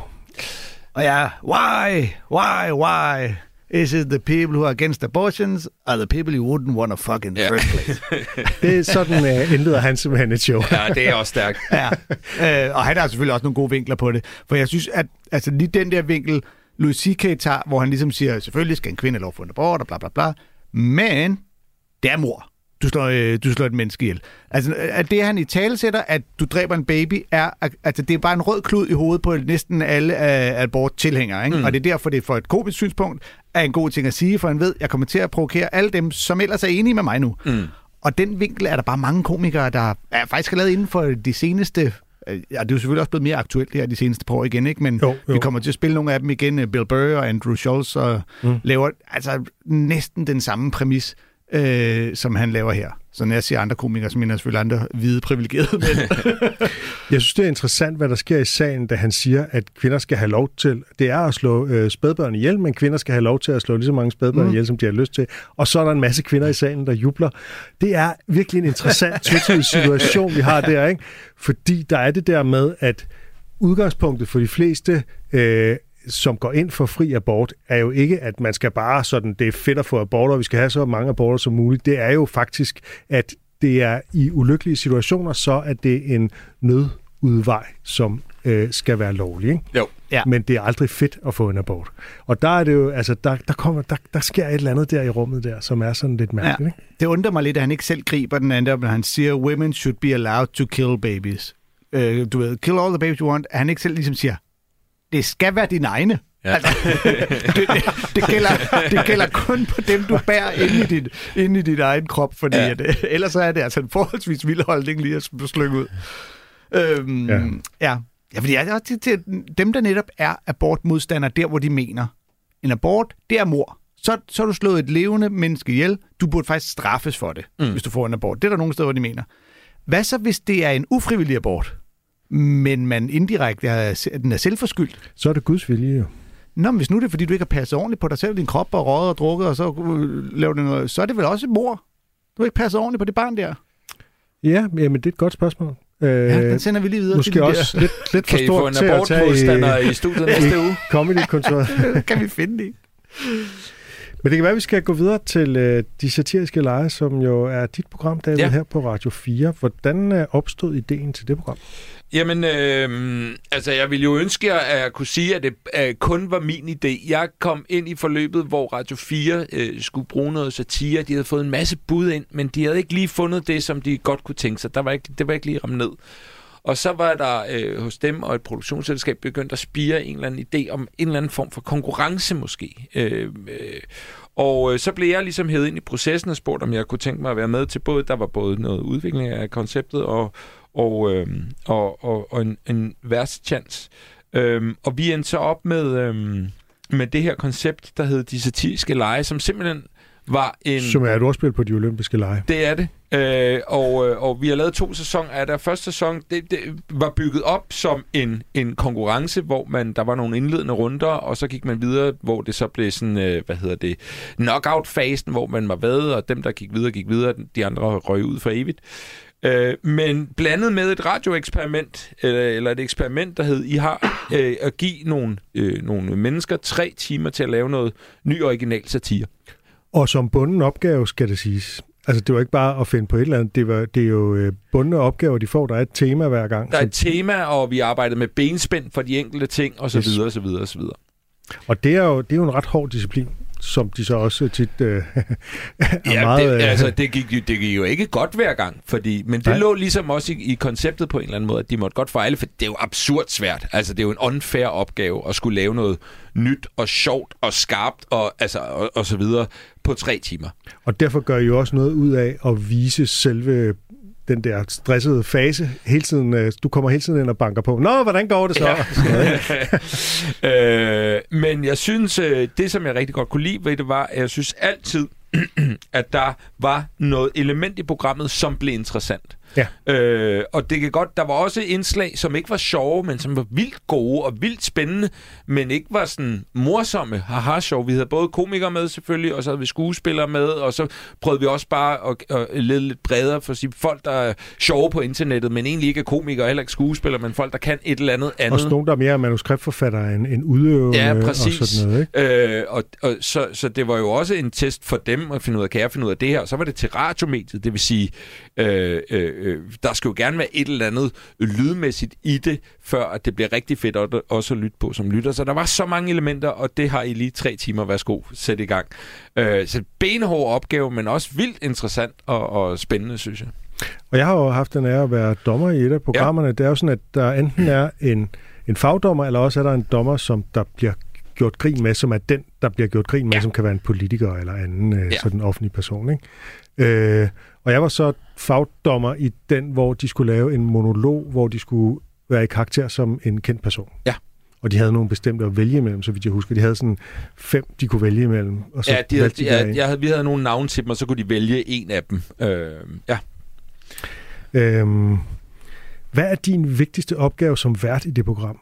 Og ja, why, why, why? Is it the people who are against abortions, or the people you wouldn't want to fuck in the yeah. first place? Det er sådan, uh, indleder han simpelthen et show. Ja, det er også stærkt. ja. uh, og han har selvfølgelig også nogle gode vinkler på det. For jeg synes, at altså, lige den der vinkel, Louis C K tager, hvor han ligesom siger, selvfølgelig skal en kvinde lov få en abort, og bla bla bla. Men det er mor. Du slår, øh, du slår et menneske ihjel. Altså, at det, han i tale sætter, at du dræber en baby, er, altså, det er bare en rød klud i hovedet på næsten alle uh, abort-tilhængere. Ikke? Mm. Og det er derfor, det for et komisk synspunkt er en god ting at sige, for han ved, jeg kommer til at provokere alle dem, som ellers er enige med mig nu. Mm. Og den vinkel er der bare mange komikere, der er faktisk lavet inden for de seneste... Ja, det er jo selvfølgelig også blevet mere aktuelt her de seneste par år igen, ikke? Men jo, jo. vi kommer til at spille nogle af dem igen. Bill Burr og Andrew Schultz og mm. laver altså næsten den samme præmis, øh, som han laver her. Så når jeg siger andre komikere, så mener jeg selvfølgelig andre hvide privilegerede mænd. Jeg synes, det er interessant, hvad der sker i sagen, da han siger, at kvinder skal have lov til, det er at slå øh, spædbørn ihjel, men kvinder skal have lov til at slå lige så mange spædbørn mm. ihjel, som de har lyst til. Og så er der en masse kvinder i salen, der jubler. Det er virkelig en interessant tvetydig situation, vi har der, ikke? Fordi der er det der med, at udgangspunktet for de fleste... Øh, som går ind for fri abort, er jo ikke, at man skal bare sådan, det er fedt at få aborter, og vi skal have så mange aborter som muligt. Det er jo faktisk, at det er i ulykkelige situationer, så er det en nødudvej, som øh, skal være lovlig. Ikke? Jo. Ja. Men det er aldrig fedt at få en abort. Og der er det jo, altså, der, der, kommer, der, der sker et eller andet der i rummet der, som er sådan lidt mærkeligt. Ja. Ikke? Det undrer mig lidt, at han ikke selv griber den anden, når han siger, women should be allowed to kill babies. Uh, du ved, kill all the babies you want. Han ikke selv ligesom siger, det skal være dine egne. Ja. Altså, det, det, det, gælder, det gælder kun på dem, du bærer inde i din, inde i din egen krop, fordi ja. at, ellers er det altså en forholdsvis vild holdning lige at slynge ud. Øhm, ja. Ja. Ja, fordi jeg, jeg, til, dem, der netop er abortmodstandere, der hvor de mener, en abort, det er mor. Så, så har du slået et levende menneske ihjel. Du burde faktisk straffes for det, mm. hvis du får en abort. Det er der nogle steder, hvor de mener. Hvad så, hvis det er en ufrivillig abort? Men man indirekte er, den er selvforskyldt. Så er det Guds vilje jo. Nå, men hvis nu det er, fordi du ikke har passet ordentligt på dig selv, din krop og røget og drukket, og så øh, laver det noget, så er det vel også mor. Du har ikke passet ordentligt på det barn der. Ja, men det er et godt spørgsmål. Ja, den sender vi lige videre. Måske til også lidt, lidt for stort til at tage i, i studiet næste uge. Comedy-kontoret. Kan vi finde det? Men det kan være, at vi skal gå videre til øh, De Satiriske Lege, som jo er dit program, David, ja. her på Radio fire. Hvordan øh, opstod ideen til det program? Jamen, øh, altså jeg ville jo ønske, at jeg kunne sige, at det øh, kun var min idé. Jeg kom ind i forløbet, hvor Radio fire øh, skulle bruge noget satire. De havde fået en masse bud ind, men de havde ikke lige fundet det, som de godt kunne tænke sig. Der var ikke, det var ikke lige ramt ned. Og så var der øh, hos dem og et produktionsselskab begyndt at spire en eller anden idé om en eller anden form for konkurrence måske. Øh, øh, og øh, så blev jeg ligesom hævet ind i processen og spurgt, om jeg kunne tænke mig at være med til både, der var både noget udvikling af konceptet og og, øh, og, og, og en, en værtschance. Øh, og vi endte så op med, øh, med det her koncept, der hed De Satiriske Lege, som simpelthen var en... Som er et ordspil på de olympiske lege. Det er det. Øh, og, og vi har lavet to sæsoner af der. Første sæson, det, det var bygget op som en, en konkurrence, hvor man der var nogle indledende runder, og så gik man videre, hvor det så blev sådan, øh, hvad hedder det, knockout-fasen, hvor man var ved, og dem, der gik videre, gik videre, de andre røg ud for evigt. Øh, men blandet med et radioeksperiment, eller, eller et eksperiment, der hed, I har øh, at give nogle, øh, nogle mennesker tre timer til at lave noget ny original satire. Og som bunden opgave, skal det siges. Altså, det var ikke bare at finde på et eller andet. Det, var, det er jo øh, bundne opgaver, de får. Der er et tema hver gang. Der er et tema, og vi arbejdede med benspænd for de enkelte ting, og så yes. videre, og så videre, og så videre. Og det er jo, det er jo en ret hård disciplin, som de så også tit øh, er ja, meget... Det, altså, det gik, jo, det gik jo ikke godt hver gang, fordi, men det Nej. lå ligesom også i, i konceptet på en eller anden måde, at de måtte godt fejle, for det er jo absurd svært. Altså, det er jo en unfair opgave at skulle lave noget nyt og sjovt og skarpt og, altså, og, og så videre på tre timer. Og derfor gør I jo også noget ud af at vise selve den der stressede fase hele tiden. Du kommer hele tiden ind og banker på. Nå, hvordan går det så? Ja. øh, men jeg synes, det som jeg rigtig godt kunne lide ved det var, at jeg synes altid, at der var noget element i programmet, som blev interessant. Ja. Øh, og det kan godt, der var også indslag, som ikke var sjove, men som var vildt gode og vildt spændende, men ikke var sådan morsomme, haha-sjov. Vi havde både komikere med selvfølgelig, og så havde vi skuespillere med, og så prøvede vi også bare at, at lede lidt bredere for at sige, folk, der er sjove på internettet, men egentlig ikke er komikere, heller ikke skuespillere, men folk, der kan et eller andet andet. Også nogen, der er mere manuskriptforfattere end, end udøvende. Ja, præcis. Og sådan noget, ikke? Øh, og, og, så, så det var jo også en test for dem at finde ud af, kan jeg finde ud af det her? Og så var det til radiomediet, det vil sige, øh, øh, der skal jo gerne være et eller andet lydmæssigt i det, før at det bliver rigtig fedt også at lytte på som lytter. Så der var så mange elementer, og det har I lige tre timer, værsgo, sæt i gang. Øh, så benhård opgave, men også vildt interessant og, og spændende, synes jeg. Og jeg har jo haft den ære at være dommer i et af programmerne. Ja. Det er jo sådan, at der enten er en, en fagdommer, eller også er der en dommer, som der bliver gjort grin med, som er den, der bliver gjort grin med, ja. Som kan være en politiker eller anden øh, ja. Sådan offentlig person, ikke? Øh, og jeg var så fagdommer i den, hvor de skulle lave en monolog, hvor de skulle være i karakter som en kendt person. Ja. Og de havde nogle bestemte at vælge imellem, så vidt jeg husker. De havde sådan fem, de kunne vælge imellem. Og så ja, de havde, de ja jeg havde, vi havde nogle navne til dem, og så kunne de vælge en af dem. Øh, ja. Øhm, hvad er din vigtigste opgave som vært i det program?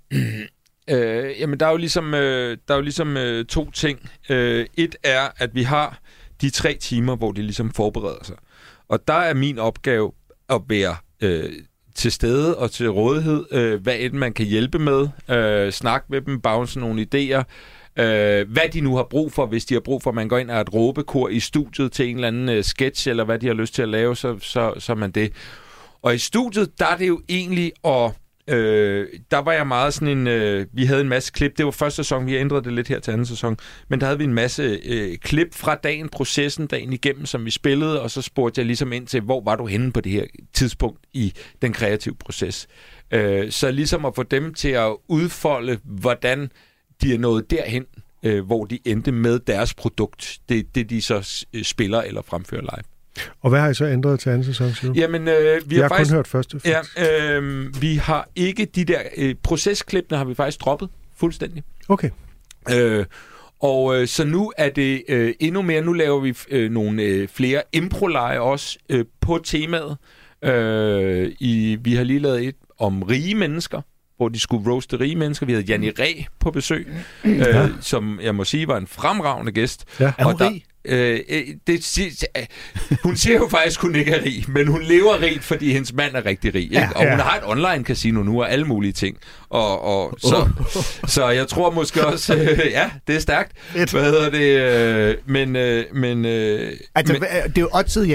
øh, jamen, der er jo ligesom, øh, der er jo ligesom øh, to ting. Øh, et er, at vi har de tre timer, hvor de ligesom forbereder sig. Og der er min opgave at være øh, til stede og til rådighed, øh, hvad end man kan hjælpe med, øh, snakke med dem, bounce nogle idéer, øh, hvad de nu har brug for, hvis de har brug for, at man går ind og et råbekor i studiet til en eller anden øh, sketch, eller hvad de har lyst til at lave, så, så, så er man det. Og i studiet, der er det jo egentlig at Øh, der var jeg meget sådan en... Øh, vi havde en masse klip. Det var første sæson, vi har ændret det lidt her til anden sæson. Men der havde vi en masse øh, klip fra dagen, processen, dagen igennem, som vi spillede, og så spurgte jeg ligesom ind til, hvor var du henne på det her tidspunkt i den kreative proces. Øh, så ligesom at få dem til at udfolde, hvordan de er nået derhen, øh, hvor de endte med deres produkt. Det, det de så spiller eller fremfører live. Og hvad har I så ændret til anden sæson, siger du? Jamen, øh, vi jeg har, har faktisk, kun hørt første. Ja, øh, vi har ikke de der... Øh, procesklippene har vi faktisk droppet fuldstændig. Okay. Øh, og øh, så nu er det øh, endnu mere... Nu laver vi øh, nogle øh, flere impro-lege også øh, på temaet. Øh, i, vi har lige lavet et om rige mennesker, hvor de skulle roaste rige mennesker. Vi havde Janni Ræ på besøg, øh, ja. Som jeg må sige var en fremragende gæst. Ja. Er hun rig? Øh, det, hun siger jo faktisk, at hun ikke er rig, men hun lever rigt, fordi hendes mand er rigtig rig. Ikke? Ja, og hun ja. har et online-casino nu og alle mulige ting. Og, og så, oh. så jeg tror måske også, øh, ja, det er stærkt. Hvad hedder det? Øh, men, øh, men, øh, altså, men, det er jo oddset, Janni.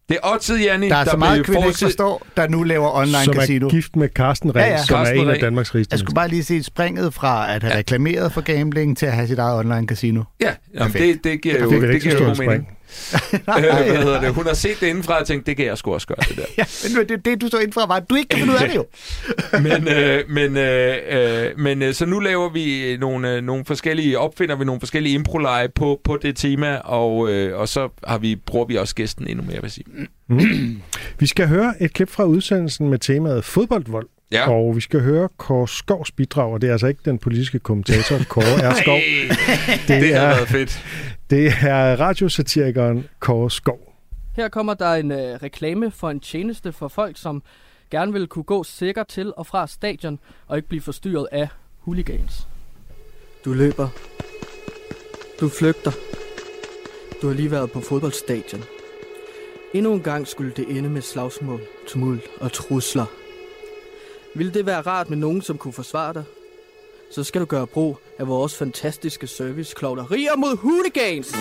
Det er Otted, Janni. Der er der så meget kvinde, forudset... ikke forstår, der nu laver online som casino. Som er gift med Carsten Rehn, ja, ja. som Carsten er en af Rehn. Danmarks rigeste. Jeg skulle bare lige se springet fra at have ja. reklameret for gambling til at have sit eget online casino. Ja, jamen, det, det giver det jo, det det giver jo god mening. Nej, øh, hvad hedder det? Hun har set det indenfra og tænkt, det kan jeg sgu også gøre, det der. ja, men det, det du så indenfra var, at du ikke kan finde ud af det jo. men øh, men, øh, øh, men øh, så nu laver vi nogle, øh, nogle forskellige, opfinder vi nogle forskellige improleje på, på det tema, og, øh, og så har vi, bruger vi også gæsten endnu mere, vil jeg sige. Mm. Vi skal høre et klip fra udsendelsen med temaet fodboldvold. Ja. Og vi skal høre Kåre Skovs bidrag, og det er altså ikke den politiske kommentator, Kåre R. Skov. Det, det har været fedt. Det er radiosatirikeren Kåre Skov. Her kommer der en øh, reklame for en tjeneste for folk, som gerne vil kunne gå sikkert til og fra stadion og ikke blive forstyrret af hooligans. Du løber. Du flygter. Du har lige været på fodboldstadion. Endnu en gang skulle det ende med slagsmål, tumult og trusler. Ville det være rart med nogen, som kunne forsvare dig? Så skal du gøre brug af vores fantastiske service-klovnerier mod hooligans.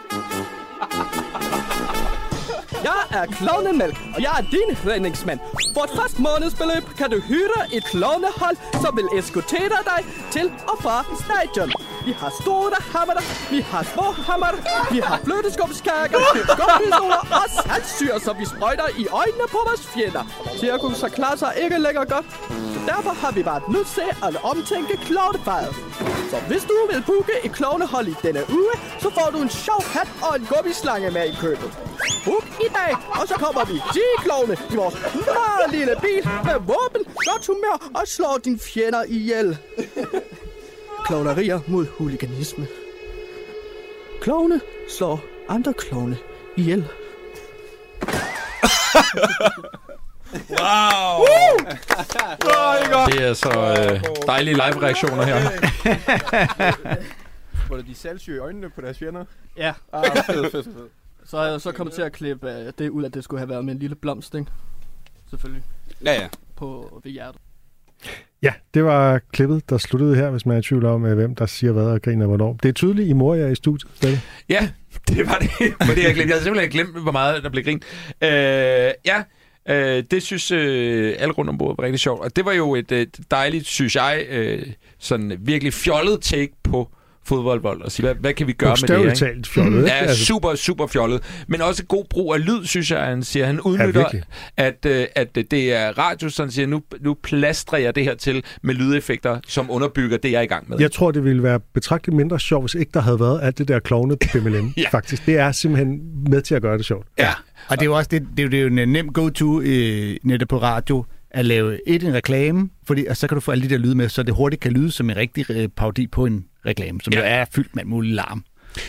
Jeg er Klovnemælk, og jeg er din redningsmand. For et fast månedsbeløb kan du hyre et klovnehold, som vil eskortere dig til og fra stadion. Vi har store hammer, vi har små hammer, vi har flødeskumskager, skumpistoler og saltsyre, som vi sprøjter i øjnene på vores fjender. Cirkus så klarer sig ikke længere godt, så derfor har vi været nødt til at omtænke klovnefaget. Så hvis du vil booke et klovnehold i denne uge, så får du en sjov hat og en gummislange med i købet. Book i dag, og så kommer vi ti klovne i vores meget lille bil med våben, godt humør og slår dine fjender ihjel. Klovnerier mod huliganisme. Klovne slår andre klovne ihjel. Wow! Det er så øh, dejlige live-reaktioner her. Var det de salgsyge i øjnene på deres fjender? Ja. Ah, fedt, fedt, fedt. Så har jeg så kommet til at klippe uh, det ud, at det skulle have været med en lille blomst, ikke? Selvfølgelig. Ja, ja. På ved hjertet. Ja, det var klippet, der sluttede her, hvis man er i tvivl om, hvem der siger hvad og griner hvornår. Det er tydeligt, I mor er i studiet stadig. Ja, det var det. For det jeg glemte. Jeg havde simpelthen glemt, hvor meget der blev grint. Øh, ja, øh, det synes øh, alle rundt om bordet var rigtig sjovt. Og det var jo et, et dejligt, synes jeg, øh, sådan virkelig fjollet take på fodboldvold og sige, hvad, hvad kan vi gøre med det her? Talt fjollet. Ja, altså. super, super fjollet. Men også god brug af lyd, synes jeg, han siger. Han udnytter, ja, at, at det er radio, så han siger, nu, nu plastrer jeg det her til med lydeffekter, som underbygger det, jeg er i gang med. Jeg tror, det ville være betragteligt mindre sjovt, hvis ikke der havde været alt det der klovne B M L M. Ja. Faktisk. Det er simpelthen med til at gøre det sjovt. Ja, og det er jo også det, det er jo, det er jo en nem go-to øh, nettet på radio, at lave et en reklame, fordi, og så kan du få alle de der lyde med, så det hurtigt kan lyde som en rigtig øh, parodi på en reklame, som ja. jo er fyldt med mulig larm.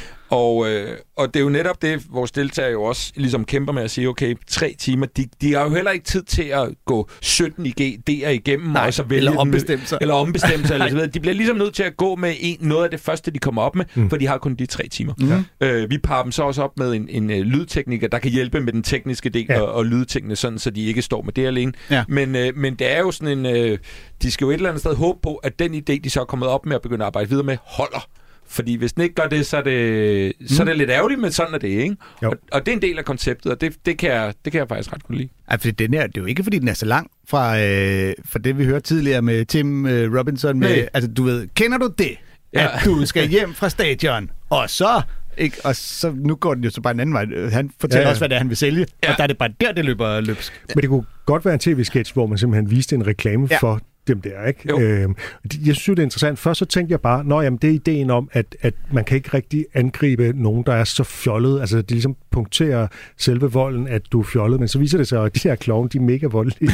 Og, øh, og det er jo netop det, vores deltagere jo også ligesom kæmper med at sige, okay, tre timer, de, de har jo heller ikke tid til at gå sytten i G D'er igennem, Nej, og så vælge eller ombestemme sig. Eller ombestemme sig, eller så videre. De bliver ligesom nødt til at gå med en, noget af det første, de kommer op med, mm. for de har kun de tre timer. Mm. Øh, vi parer dem så også op med en, en, en lydtekniker, der kan hjælpe med den tekniske del ja. og, og lydtingene, sådan, så de ikke står med det alene. Ja. Men, øh, men det er jo sådan en... Øh, de skal jo et eller andet sted håbe på, at den idé, de så er kommet op med at begynde at arbejde videre med, holder. Fordi hvis den ikke gør det, så er det, mm. så er det lidt ærgerligt, men sådan er det, ikke? Og, og det er en del af konceptet, og det, det, kan, jeg, det kan jeg faktisk ret godt lide. Ja, for den her, det er jo ikke, fordi den er så lang fra, øh, fra det, vi hørte tidligere med Tim øh, Robinson. Med, altså, du ved, kender du det? Ja. At du skal hjem fra stadion, og så... Ikke? Og så, nu går den jo så bare en anden vej. Han fortæller ja, ja. også, hvad det er, han vil sælge. Ja. Og der er det bare der, det løber løbsk. Men det kunne godt være en tv-sketch, hvor man simpelthen viste en reklame ja. for dem der, ikke? Øhm, jeg synes, det er interessant. Først så tænkte jeg bare, nå, jamen, det er ideen om, at, at man kan ikke rigtig angribe nogen, der er så fjollet. Altså, det ligesom punkterer selve volden, at du er fjollet. Men så viser det sig, at de her klovne, de er mega voldelige.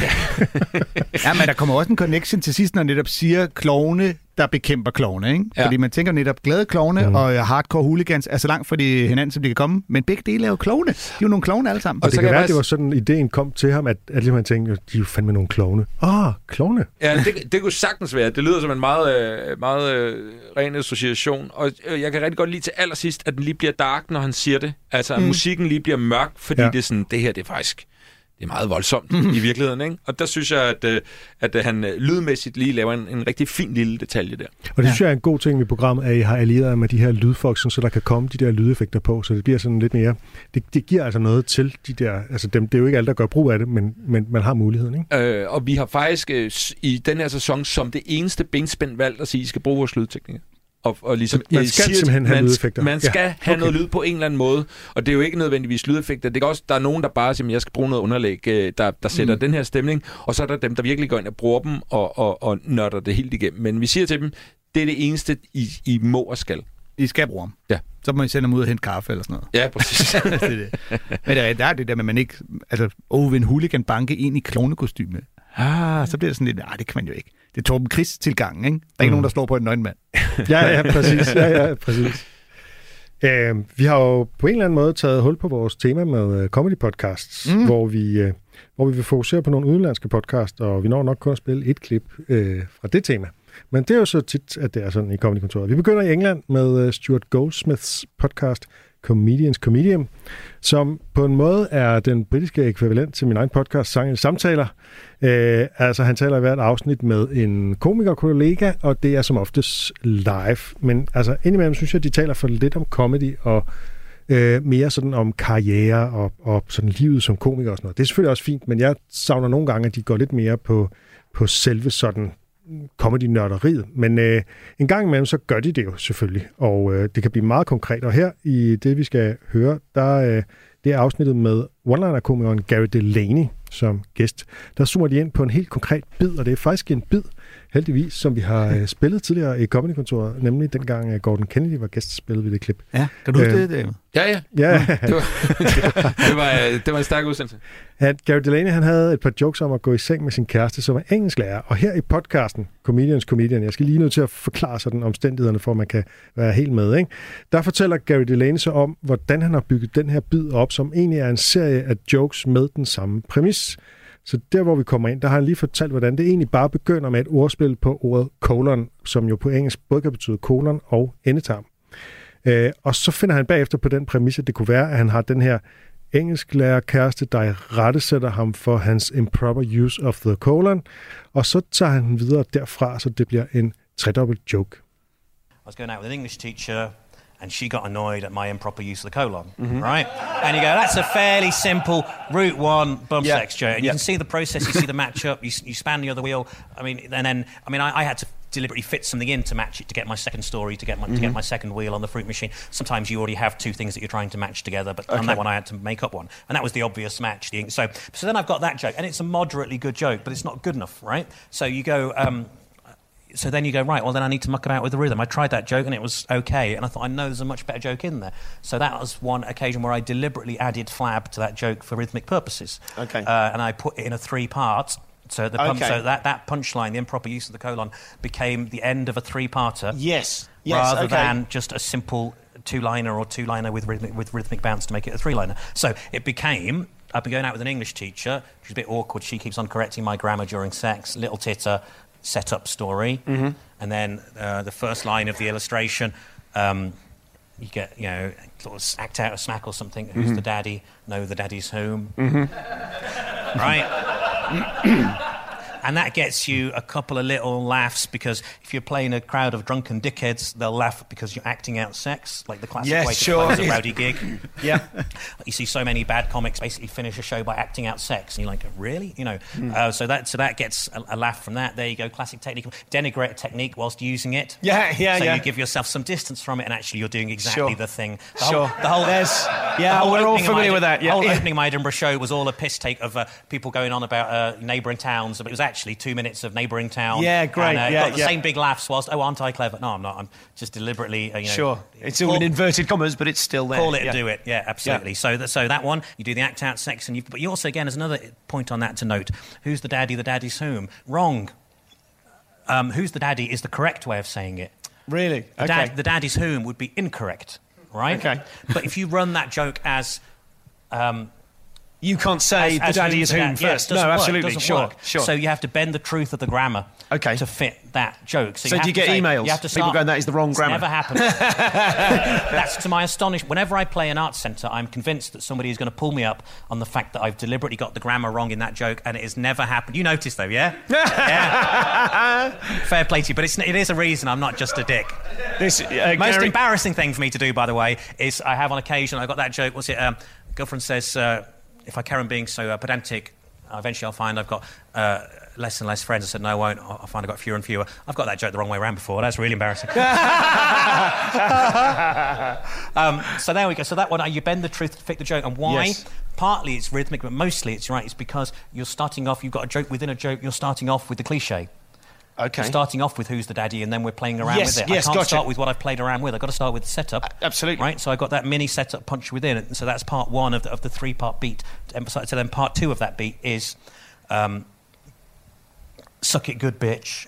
Ja, men der kommer også en connection til sidst, når netop siger klovne, der bekæmper klovne, ikke? Ja. Fordi man tænker netop, glade klovne mm. og hardcore hooligans er så langt fra de hinanden, som de kan komme. Men begge dele er jo klovne. De er jo nogle klovne alle sammen. Og, og det kan være, at det var sådan, ideen kom til ham, at, at man tænkte, de er jo fandme nogle klovne. Åh, oh, klovne. Ja, det, det kunne sagtens være. Det lyder som en meget, meget øh, ren association. Og øh, jeg kan rigtig godt lide til allersidst, at den lige bliver dark, når han siger det. Altså, at mm. musikken lige bliver mørk, fordi ja. det er sådan, det her, det er faktisk... det er meget voldsomt i virkeligheden, ikke? Og der synes jeg, at, øh, at øh, han øh, lydmæssigt lige laver en, en rigtig fin lille detalje der. Og det synes jeg er en god ting ved programmet, at I har allieret med de her lydfolk, så der kan komme de der lydeffekter på, så det bliver sådan lidt mere... Det, det giver altså noget til de der... Altså dem, det er jo ikke alle, der gør brug af det, men, men man har muligheden, ikke? Øh, og vi har faktisk øh, i den her sæson som det eneste benspænd valgt at sige, at I skal bruge vores lydteknikker. Og, og ligesom, man skal siger, simpelthen have man, lydeffekter. Man skal ja. have okay. noget lyd på en eller anden måde, og det er jo ikke nødvendigvis lydeffekter. Det kan også, der er nogen, der bare siger, at jeg skal bruge noget underlæg, der, der sætter mm. den her stemning, og så er der dem, der virkelig går ind og bruger dem og, og, og nørder det helt igennem. Men vi siger til dem, det er det eneste, I, I må og skal. I skal bruge dem. Ja. Så må I sende dem ud og hente kaffe eller sådan noget. Ja, præcis. det er det. Men der, der er det der med, man ikke... Altså, åh, vil en hooligan banke ind i klonekostyme? Ah, så bliver det sådan lidt... Nej, det kan man jo ikke. Det er Torben Chris-tilgangen, ikke? Der er ikke mm. nogen, der slår på en nøgenmand. ja, ja, præcis. Ja, ja, præcis. Uh, vi har jo på en eller anden måde taget hul på vores tema med uh, comedy podcasts, mm. hvor, vi, uh, hvor vi vil fokusere på nogle udenlandske podcasts, og vi når nok kun at spille et klip uh, fra det tema. Men det er jo så tit, at det er sådan i Comedy-kontoret. Vi begynder i England med uh, Stuart Goldsmiths podcast Comedians Comedian, som på en måde er den britiske ekvivalent til min egen podcast, Sang eller Samtaler. Øh, altså, han taler i hvert afsnit med en komikerkollega, og det er som oftest live. Men altså, indimellem synes jeg, at de taler for lidt om comedy og øh, mere sådan om karriere og, og sådan livet som komiker og sådan noget. Det er selvfølgelig også fint, men jeg savner nogle gange, at de går lidt mere på, på selve sådan comedy-nørderiet. Men øh, en gang imellem, så gør de det jo selvfølgelig, og øh, det kan blive meget konkret. Og her i det, vi skal høre, der øh, det er afsnittet med one-liner-komikeren Gary Delaney som gæst. Der zoomer de ind på en helt konkret bid, og det er faktisk en bid, heldigvis, som vi har øh, spillet tidligere i Comedy-kontoret, nemlig dengang uh, Gordon Kennedy var gæst, spillede vi det klip. Ja, kan du huske øh, det, David? Ja, ja. ja. Det, var, det, var, det var en stærk udsendelse. At Gary Delaney, han havde et par jokes om at gå i seng med sin kæreste, som er engelsklærer. Og her i podcasten, Comedians Comedian, jeg skal lige nødt til at forklare sådan omstændighederne, for at man kan være helt med, ikke? Der fortæller Gary Delaney så om, hvordan han har bygget den her bid op, som egentlig er en serie af jokes med den samme præmis. Så der, hvor vi kommer ind, der har han lige fortalt, hvordan det egentlig bare begynder med et ordspil på ordet colon, som jo på engelsk både kan betyde kolon og endetarm. Øh, og så finder han bagefter på den præmis, at det kunne være, at han har den her engelsklærer kæreste, der rettesætter ham for hans improper use of the colon, og så tager han den videre derfra, så det bliver en tredobbelt joke. I was going out with an English teacher, and she got annoyed at my improper use of the colon, mm-hmm. right? And you go, that's a fairly simple route one bum yeah. sex joke. And yeah. you can see the process, you see the matchup, you, you span the other wheel. I mean, and then, I mean, I, I had to deliberately fit something in to match it, to get my second story, to get my, mm-hmm. to get my second wheel on the fruit machine. Sometimes you already have two things that you're trying to match together, but okay. on that one I had to make up one. And that was the obvious match. The, so, so then I've got that joke, and it's a moderately good joke, but it's not good enough, right? So you go... Um, So then you go, right, well, then I need to muck about with the rhythm. I tried that joke and it was okay. And I thought, I know there's a much better joke in there. So that was one occasion where I deliberately added flab to that joke for rhythmic purposes. Okay. Uh, and I put it in a three parts. So, the pun- okay. so that, that punchline, the improper use of the colon, became the end of a three-parter. Yes. Yes. Rather okay. than just a simple two-liner or two-liner with rhythmic, with rhythmic bounce to make it a three-liner. So it became... I've been going out with an English teacher, which is a bit awkward. She keeps on correcting my grammar during sex. Little titter. Set-up story, mm-hmm. and then uh, the first line of the illustration, um, you get, you know, sort of act out a smack or something. Mm-hmm. Who's the daddy? No, the daddy's home. Mm-hmm. Right? And that gets you a couple of little laughs, because if you're playing a crowd of drunken dickheads, they'll laugh because you're acting out sex, like the classic yes, way to sure. close a rowdy gig. Yeah. You see so many bad comics basically finish a show by acting out sex, and you're like, really? You know, mm. uh, so that so that gets a, a laugh from that. There you go, classic technique. Denigrate a technique whilst using it. Yeah, yeah, so yeah. you give yourself some distance from it, and actually you're doing exactly sure. the thing. The sure. Whole, the whole, There's, yeah, the whole we're all familiar my, with that. Yeah. The whole yeah. opening of my Edinburgh show was all a piss take of uh, people going on about uh, neighbouring towns, but it was actually two minutes of neighbouring town. Yeah, great. And, uh, yeah, got the yeah. same big laughs whilst, oh, aren't I clever? No, I'm not. I'm just deliberately, uh, you know. Sure. It's all call, in inverted commas, but it's still there. Call it yeah. and do it. Yeah, absolutely. Yeah. So, th- so that one, you do the act out sex, and you. But you also, again, there's another point on that to note. Who's the daddy? The daddy's whom? Wrong. Um, who's the daddy is the correct way of saying it. Really? The, okay. dad, the daddy's whom would be incorrect, right? Okay. But if you run that joke as... Um, You can't say As- the as daddy we is did whom that. Yeah, it first. doesn't No, work, absolutely. doesn't Sure, work. sure. So you have to bend the truth of the grammar okay. to fit that joke. So, So you do have you to get say- emails? You have to People start, going, "That is the wrong it's grammar." Never happened. That's to my astonishment. Whenever I play an arts centre, I'm convinced that somebody is going to pull me up on the fact that I've deliberately got the grammar wrong in that joke, and it has never happened. You noticed, though, yeah? Yeah. Fair play to you, but it's, it is a reason I'm not just a dick. This, uh, Most Gary- embarrassing thing for me to do, by the way, is I have on occasion, I got that joke, what's it, um, girlfriend says, uh, if I carry on being so uh, pedantic, eventually I'll find I've got uh, less and less friends. I said, no, I won't. I'll find I've got fewer and fewer. I've got that joke the wrong way around before. That's really embarrassing. um, so there we go. So that one, uh, you bend the truth to fit the joke. And why? Yes. Partly it's rhythmic, but mostly it's right. It's because you're starting off, you've got a joke within a joke, you're starting off with the cliche. Okay. We're starting off with who's the daddy, and then we're playing around Yes, with it. yes, I can't gotcha. start with what I've played around with. I've got to start with the setup. Uh, absolutely. Right? So I got that mini setup punch within it. So that's part one of the, of the three-part beat. To emphasize. So then part two of that beat is um, suck it good, bitch.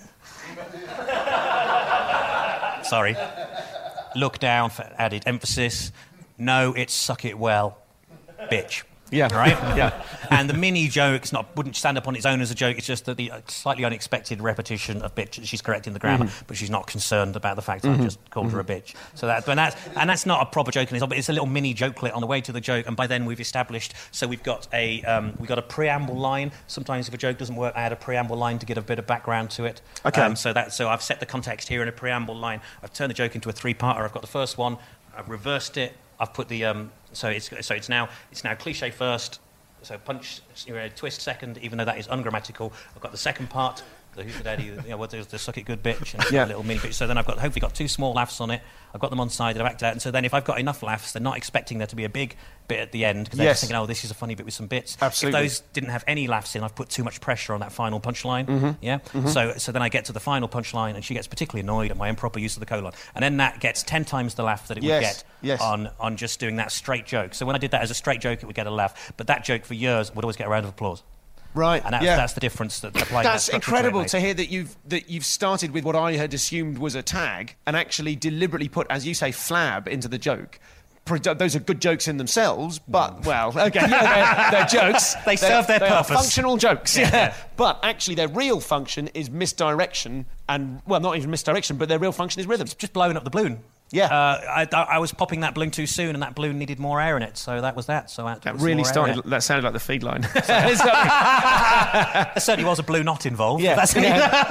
Sorry. Look down for added emphasis. No, it's suck it well, bitch. Yeah. Right? Yeah. And the mini joke is not, wouldn't stand up on its own as a joke. It's just that the slightly unexpected repetition of bitch. She's correcting the grammar, Mhm. but she's not concerned about the fact that Mhm. I just called her a bitch. So that, and that's, and that's not a proper joke in itself, but it's a little mini jokelet on the way to the joke. And by then we've established, so we've got a, um, we've got a preamble line. Sometimes if a joke doesn't work, I add a preamble line to get a bit of background to it. Okay. Um, so that, so I've set the context here in a preamble line. I've turned the joke into a three-parter. I've got the first one. I've reversed it. I've put the, um, so it's, so it's now, it's now cliche first. So punch, you know, twist second, even though that is ungrammatical. I've got the second part, the who's the daddy, you know, what, there's the suck it good bitch, and Yeah. a little mini bitch. So then I've got hopefully got two small laughs on it. I've got them on side, I've acted out, and so then if I've got enough laughs, they're not expecting there to be a big bit at the end, because they're Yes. just thinking, oh, this is a funny bit with some bits. Absolutely. If those didn't have any laughs in, I've put too much pressure on that final punchline. Mhm. Yeah. Mhm. So so then I get to the final punchline, and she gets particularly annoyed at my improper use of the colon, and then that gets ten times the laugh that it would Yes. get Yes. on on just doing that straight joke. So when I did that as a straight joke, it would get a laugh, but that joke for years would always get a round of applause. Right. And that's, yeah. that's the difference that applying That's that structure incredible to, it to hear that you've that you've started with what I had assumed was a tag and actually deliberately put, as you say, flab into the joke. Pro- Those are good jokes in themselves, but well, okay, yeah, they're, they're jokes. They serve their they are purpose. functional jokes, Yeah. yeah. But actually, their real function is misdirection, and well, not even misdirection, but their real function is rhythm. just blowing up the balloon. Yeah. Uh, I, I was popping that balloon too soon, and that balloon needed more air in it, so that was that. So I had to That put some really more air in started. it. That sounded like the feed line. There certainly was a blue knot involved. Yeah. That's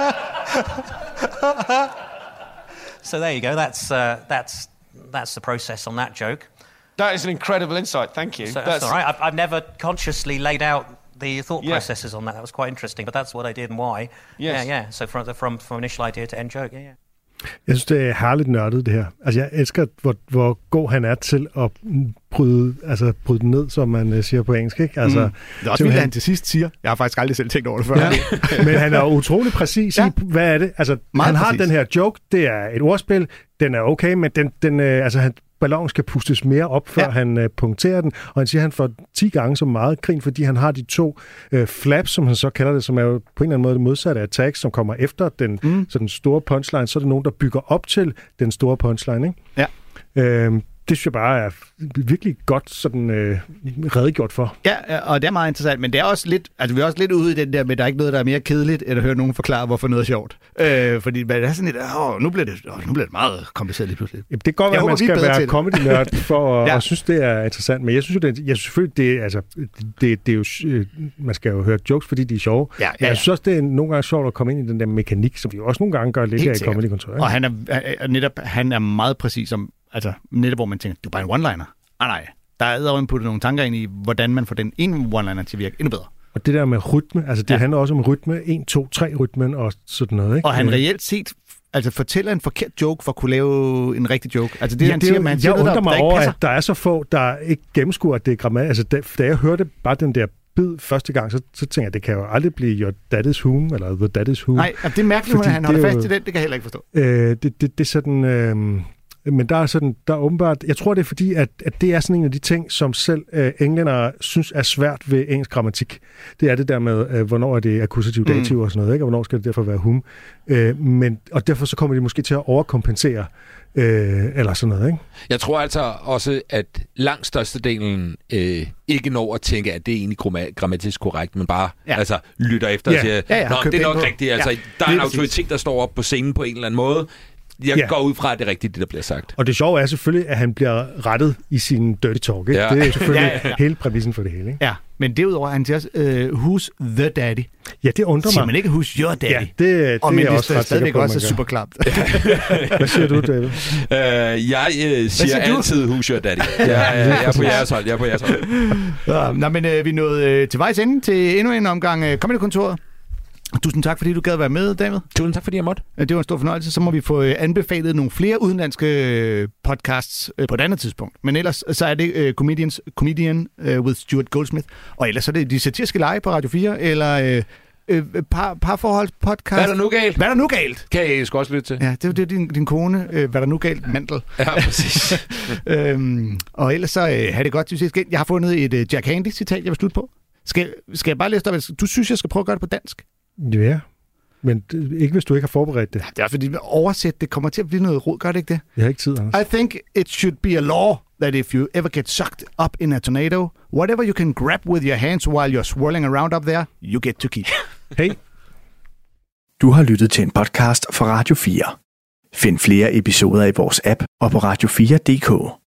so there you go. That's uh, that's that's the process on that joke. That is an incredible insight. Thank you. So that's, all right. I've, I've never consciously laid out the thought Yeah. processes on that. That was quite interesting, but that's what I did and why. Yes. Yeah, yeah. So from from from initial idea to end joke. Yeah, yeah. Jeg synes, det er herligt nørdet, det her. Altså, jeg elsker, hvor, hvor god han er til at bryde, altså, bryde den ned, som man uh, siger på engelsk, ikke? Altså, Mm. Det er også vildt, at han til sidst siger, jeg har faktisk aldrig selv tænkt over det før. Ja. Men han er utrolig præcis i, Ja. hvad er det? Altså, Meget han har præcis. den her joke, det er et ordspil, den er okay, men den, den, øh, altså, han, ballonen skal pustes mere op, før ja. han øh, punkterer den, og han siger, at han får ti gange så meget grin, fordi han har de to øh, flaps, som han så kalder det, som er jo på en eller anden måde det modsatte af tags, som kommer efter den, mm. så den store punchline, så er det nogen, der bygger op til den store punchline, ikke? Ja. Øhm, det synes jeg bare er virkelig godt sådan øh, redegjort for. Ja, og det er meget interessant, men det er også lidt, altså vi er også lidt ude i den der med, der er ikke noget, der er mere kedeligt, end at høre nogen forklare, hvorfor noget er sjovt. Øh, fordi det er sådan lidt, åh, nu bliver det, åh, nu bliver det meget kompliceret lige pludselig. Jamen, det kan godt være, at man skal være comedy-nørd for at ja. og synes, det er interessant, men jeg synes jo, det er, jeg synes selvfølgelig, det er, altså, det, det er jo, øh, man skal jo høre jokes, fordi de er sjove. Ja, ja, men jeg ja. synes også, det er nogle gange sjovt at komme ind i den der mekanik, som vi jo også nogle gange gør lidt Helt af i sikkert. Comedy-kontor. Og han er, er netop, han er meget præcis om, altså netop hvor man tænker, du er bare en one-liner. Ah, nej, der er edderøven puttet nogle tanker ind i, hvordan man får den ene one-liner til at virke endnu bedre. Og det der med rytme, altså det ja. handler også om rytme, en, to, tre rytmen og sådan noget, ikke? Og han reelt set altså fortæller en forkert joke for at kunne lave en rigtig joke. Altså det, ja, han det siger, jo, man jeg siger undrer noget, der, mig der ikke over, passer. at der er så få, der ikke gennemskuer, at det er grammatik. Altså da, da jeg hørte bare den der bid første gang, så, så tænker jeg, det kan jo aldrig blive your daddy's whom, eller the daddy's who. Nej, det er mærkeligt, at han holder fast i den, det kan jeg heller ikke forstå. Øh, det, det, det er sådan... Øh, Men der er sådan, der er åbenbart, jeg tror det er fordi, at, at det er sådan en af de ting, som selv øh, englændere synes er svært ved engelsk grammatik. Det er det der med, øh, hvornår er det akkusativ dativ mm. og sådan noget, ikke? Og hvornår skal det derfor være hum. Øh, men, og derfor så kommer de måske til at overkompensere, øh, eller sådan noget, ikke? Jeg tror altså også, at langt størstedelen øh, ikke når at tænke, at det er egentlig grammatisk korrekt, men bare ja. altså, lytter efter ja. og siger, ja, ja, nå, det er nok rigtigt. Altså, ja. Der er en autoritet, der står op på scenen på en eller anden måde. Jeg ja. går ud fra, at det er rigtigt, det der bliver sagt. Og det sjove er selvfølgelig, at han bliver rettet i sin dirty talk. Ikke? Ja. Det er selvfølgelig ja, ja. hele præmissen for det hele. Ikke? Ja, men derudover han siger også, uh, who's the daddy? Ja, det undrer mig. Siger man ikke, who's your daddy? Ja, det, det og er jeg også ret sikker på, også er super klamt. Hvad siger du, David? Uh, jeg uh, siger altid, who's your daddy. Jeg, jeg, jeg er på jeres hold. Jeg er på jeres hold. Ja, nå, men uh, vi nåede uh, til vejs ende til endnu en omgang uh, Comedy-kontoret. Tusind tak, fordi du gad være med, David. Tusind tak, fordi jeg måtte. Det var en stor fornøjelse. Så må vi få anbefalet nogle flere udenlandske podcasts på et andet tidspunkt. Men ellers så er det uh, Comedians, Comedian uh, with Stuart Goldsmith. Og ellers så er det De Satiriske Lege på Radio fire, eller uh, uh, par, Parforholdspodcast. Hvad er der nu galt? Hvad er der nu galt? Kan jeg sgu også lytte til. Ja, det er det din, din kone. Uh, hvad er der nu galt? Mandel. Ja, præcis. øhm, og ellers så uh, har det godt. Jeg har fundet et uh, Jack Handy-citat, jeg vil slutte på. Skal, skal jeg bare læse dig? Du synes, jeg skal prøve at gøre det på dansk? Ja, men ikke hvis du ikke har forberedt det. Det er fordi, oversæt, det kommer til at blive noget rod, gør det ikke det? Jeg har ikke tid, Anders. I think it should be a law that if you ever get sucked up in a tornado, whatever you can grab with your hands while you're swirling around up there, you get to keep. Hey. Du har lyttet til en podcast fra Radio fire. Find flere episoder i vores app og på radio fire punktum d k.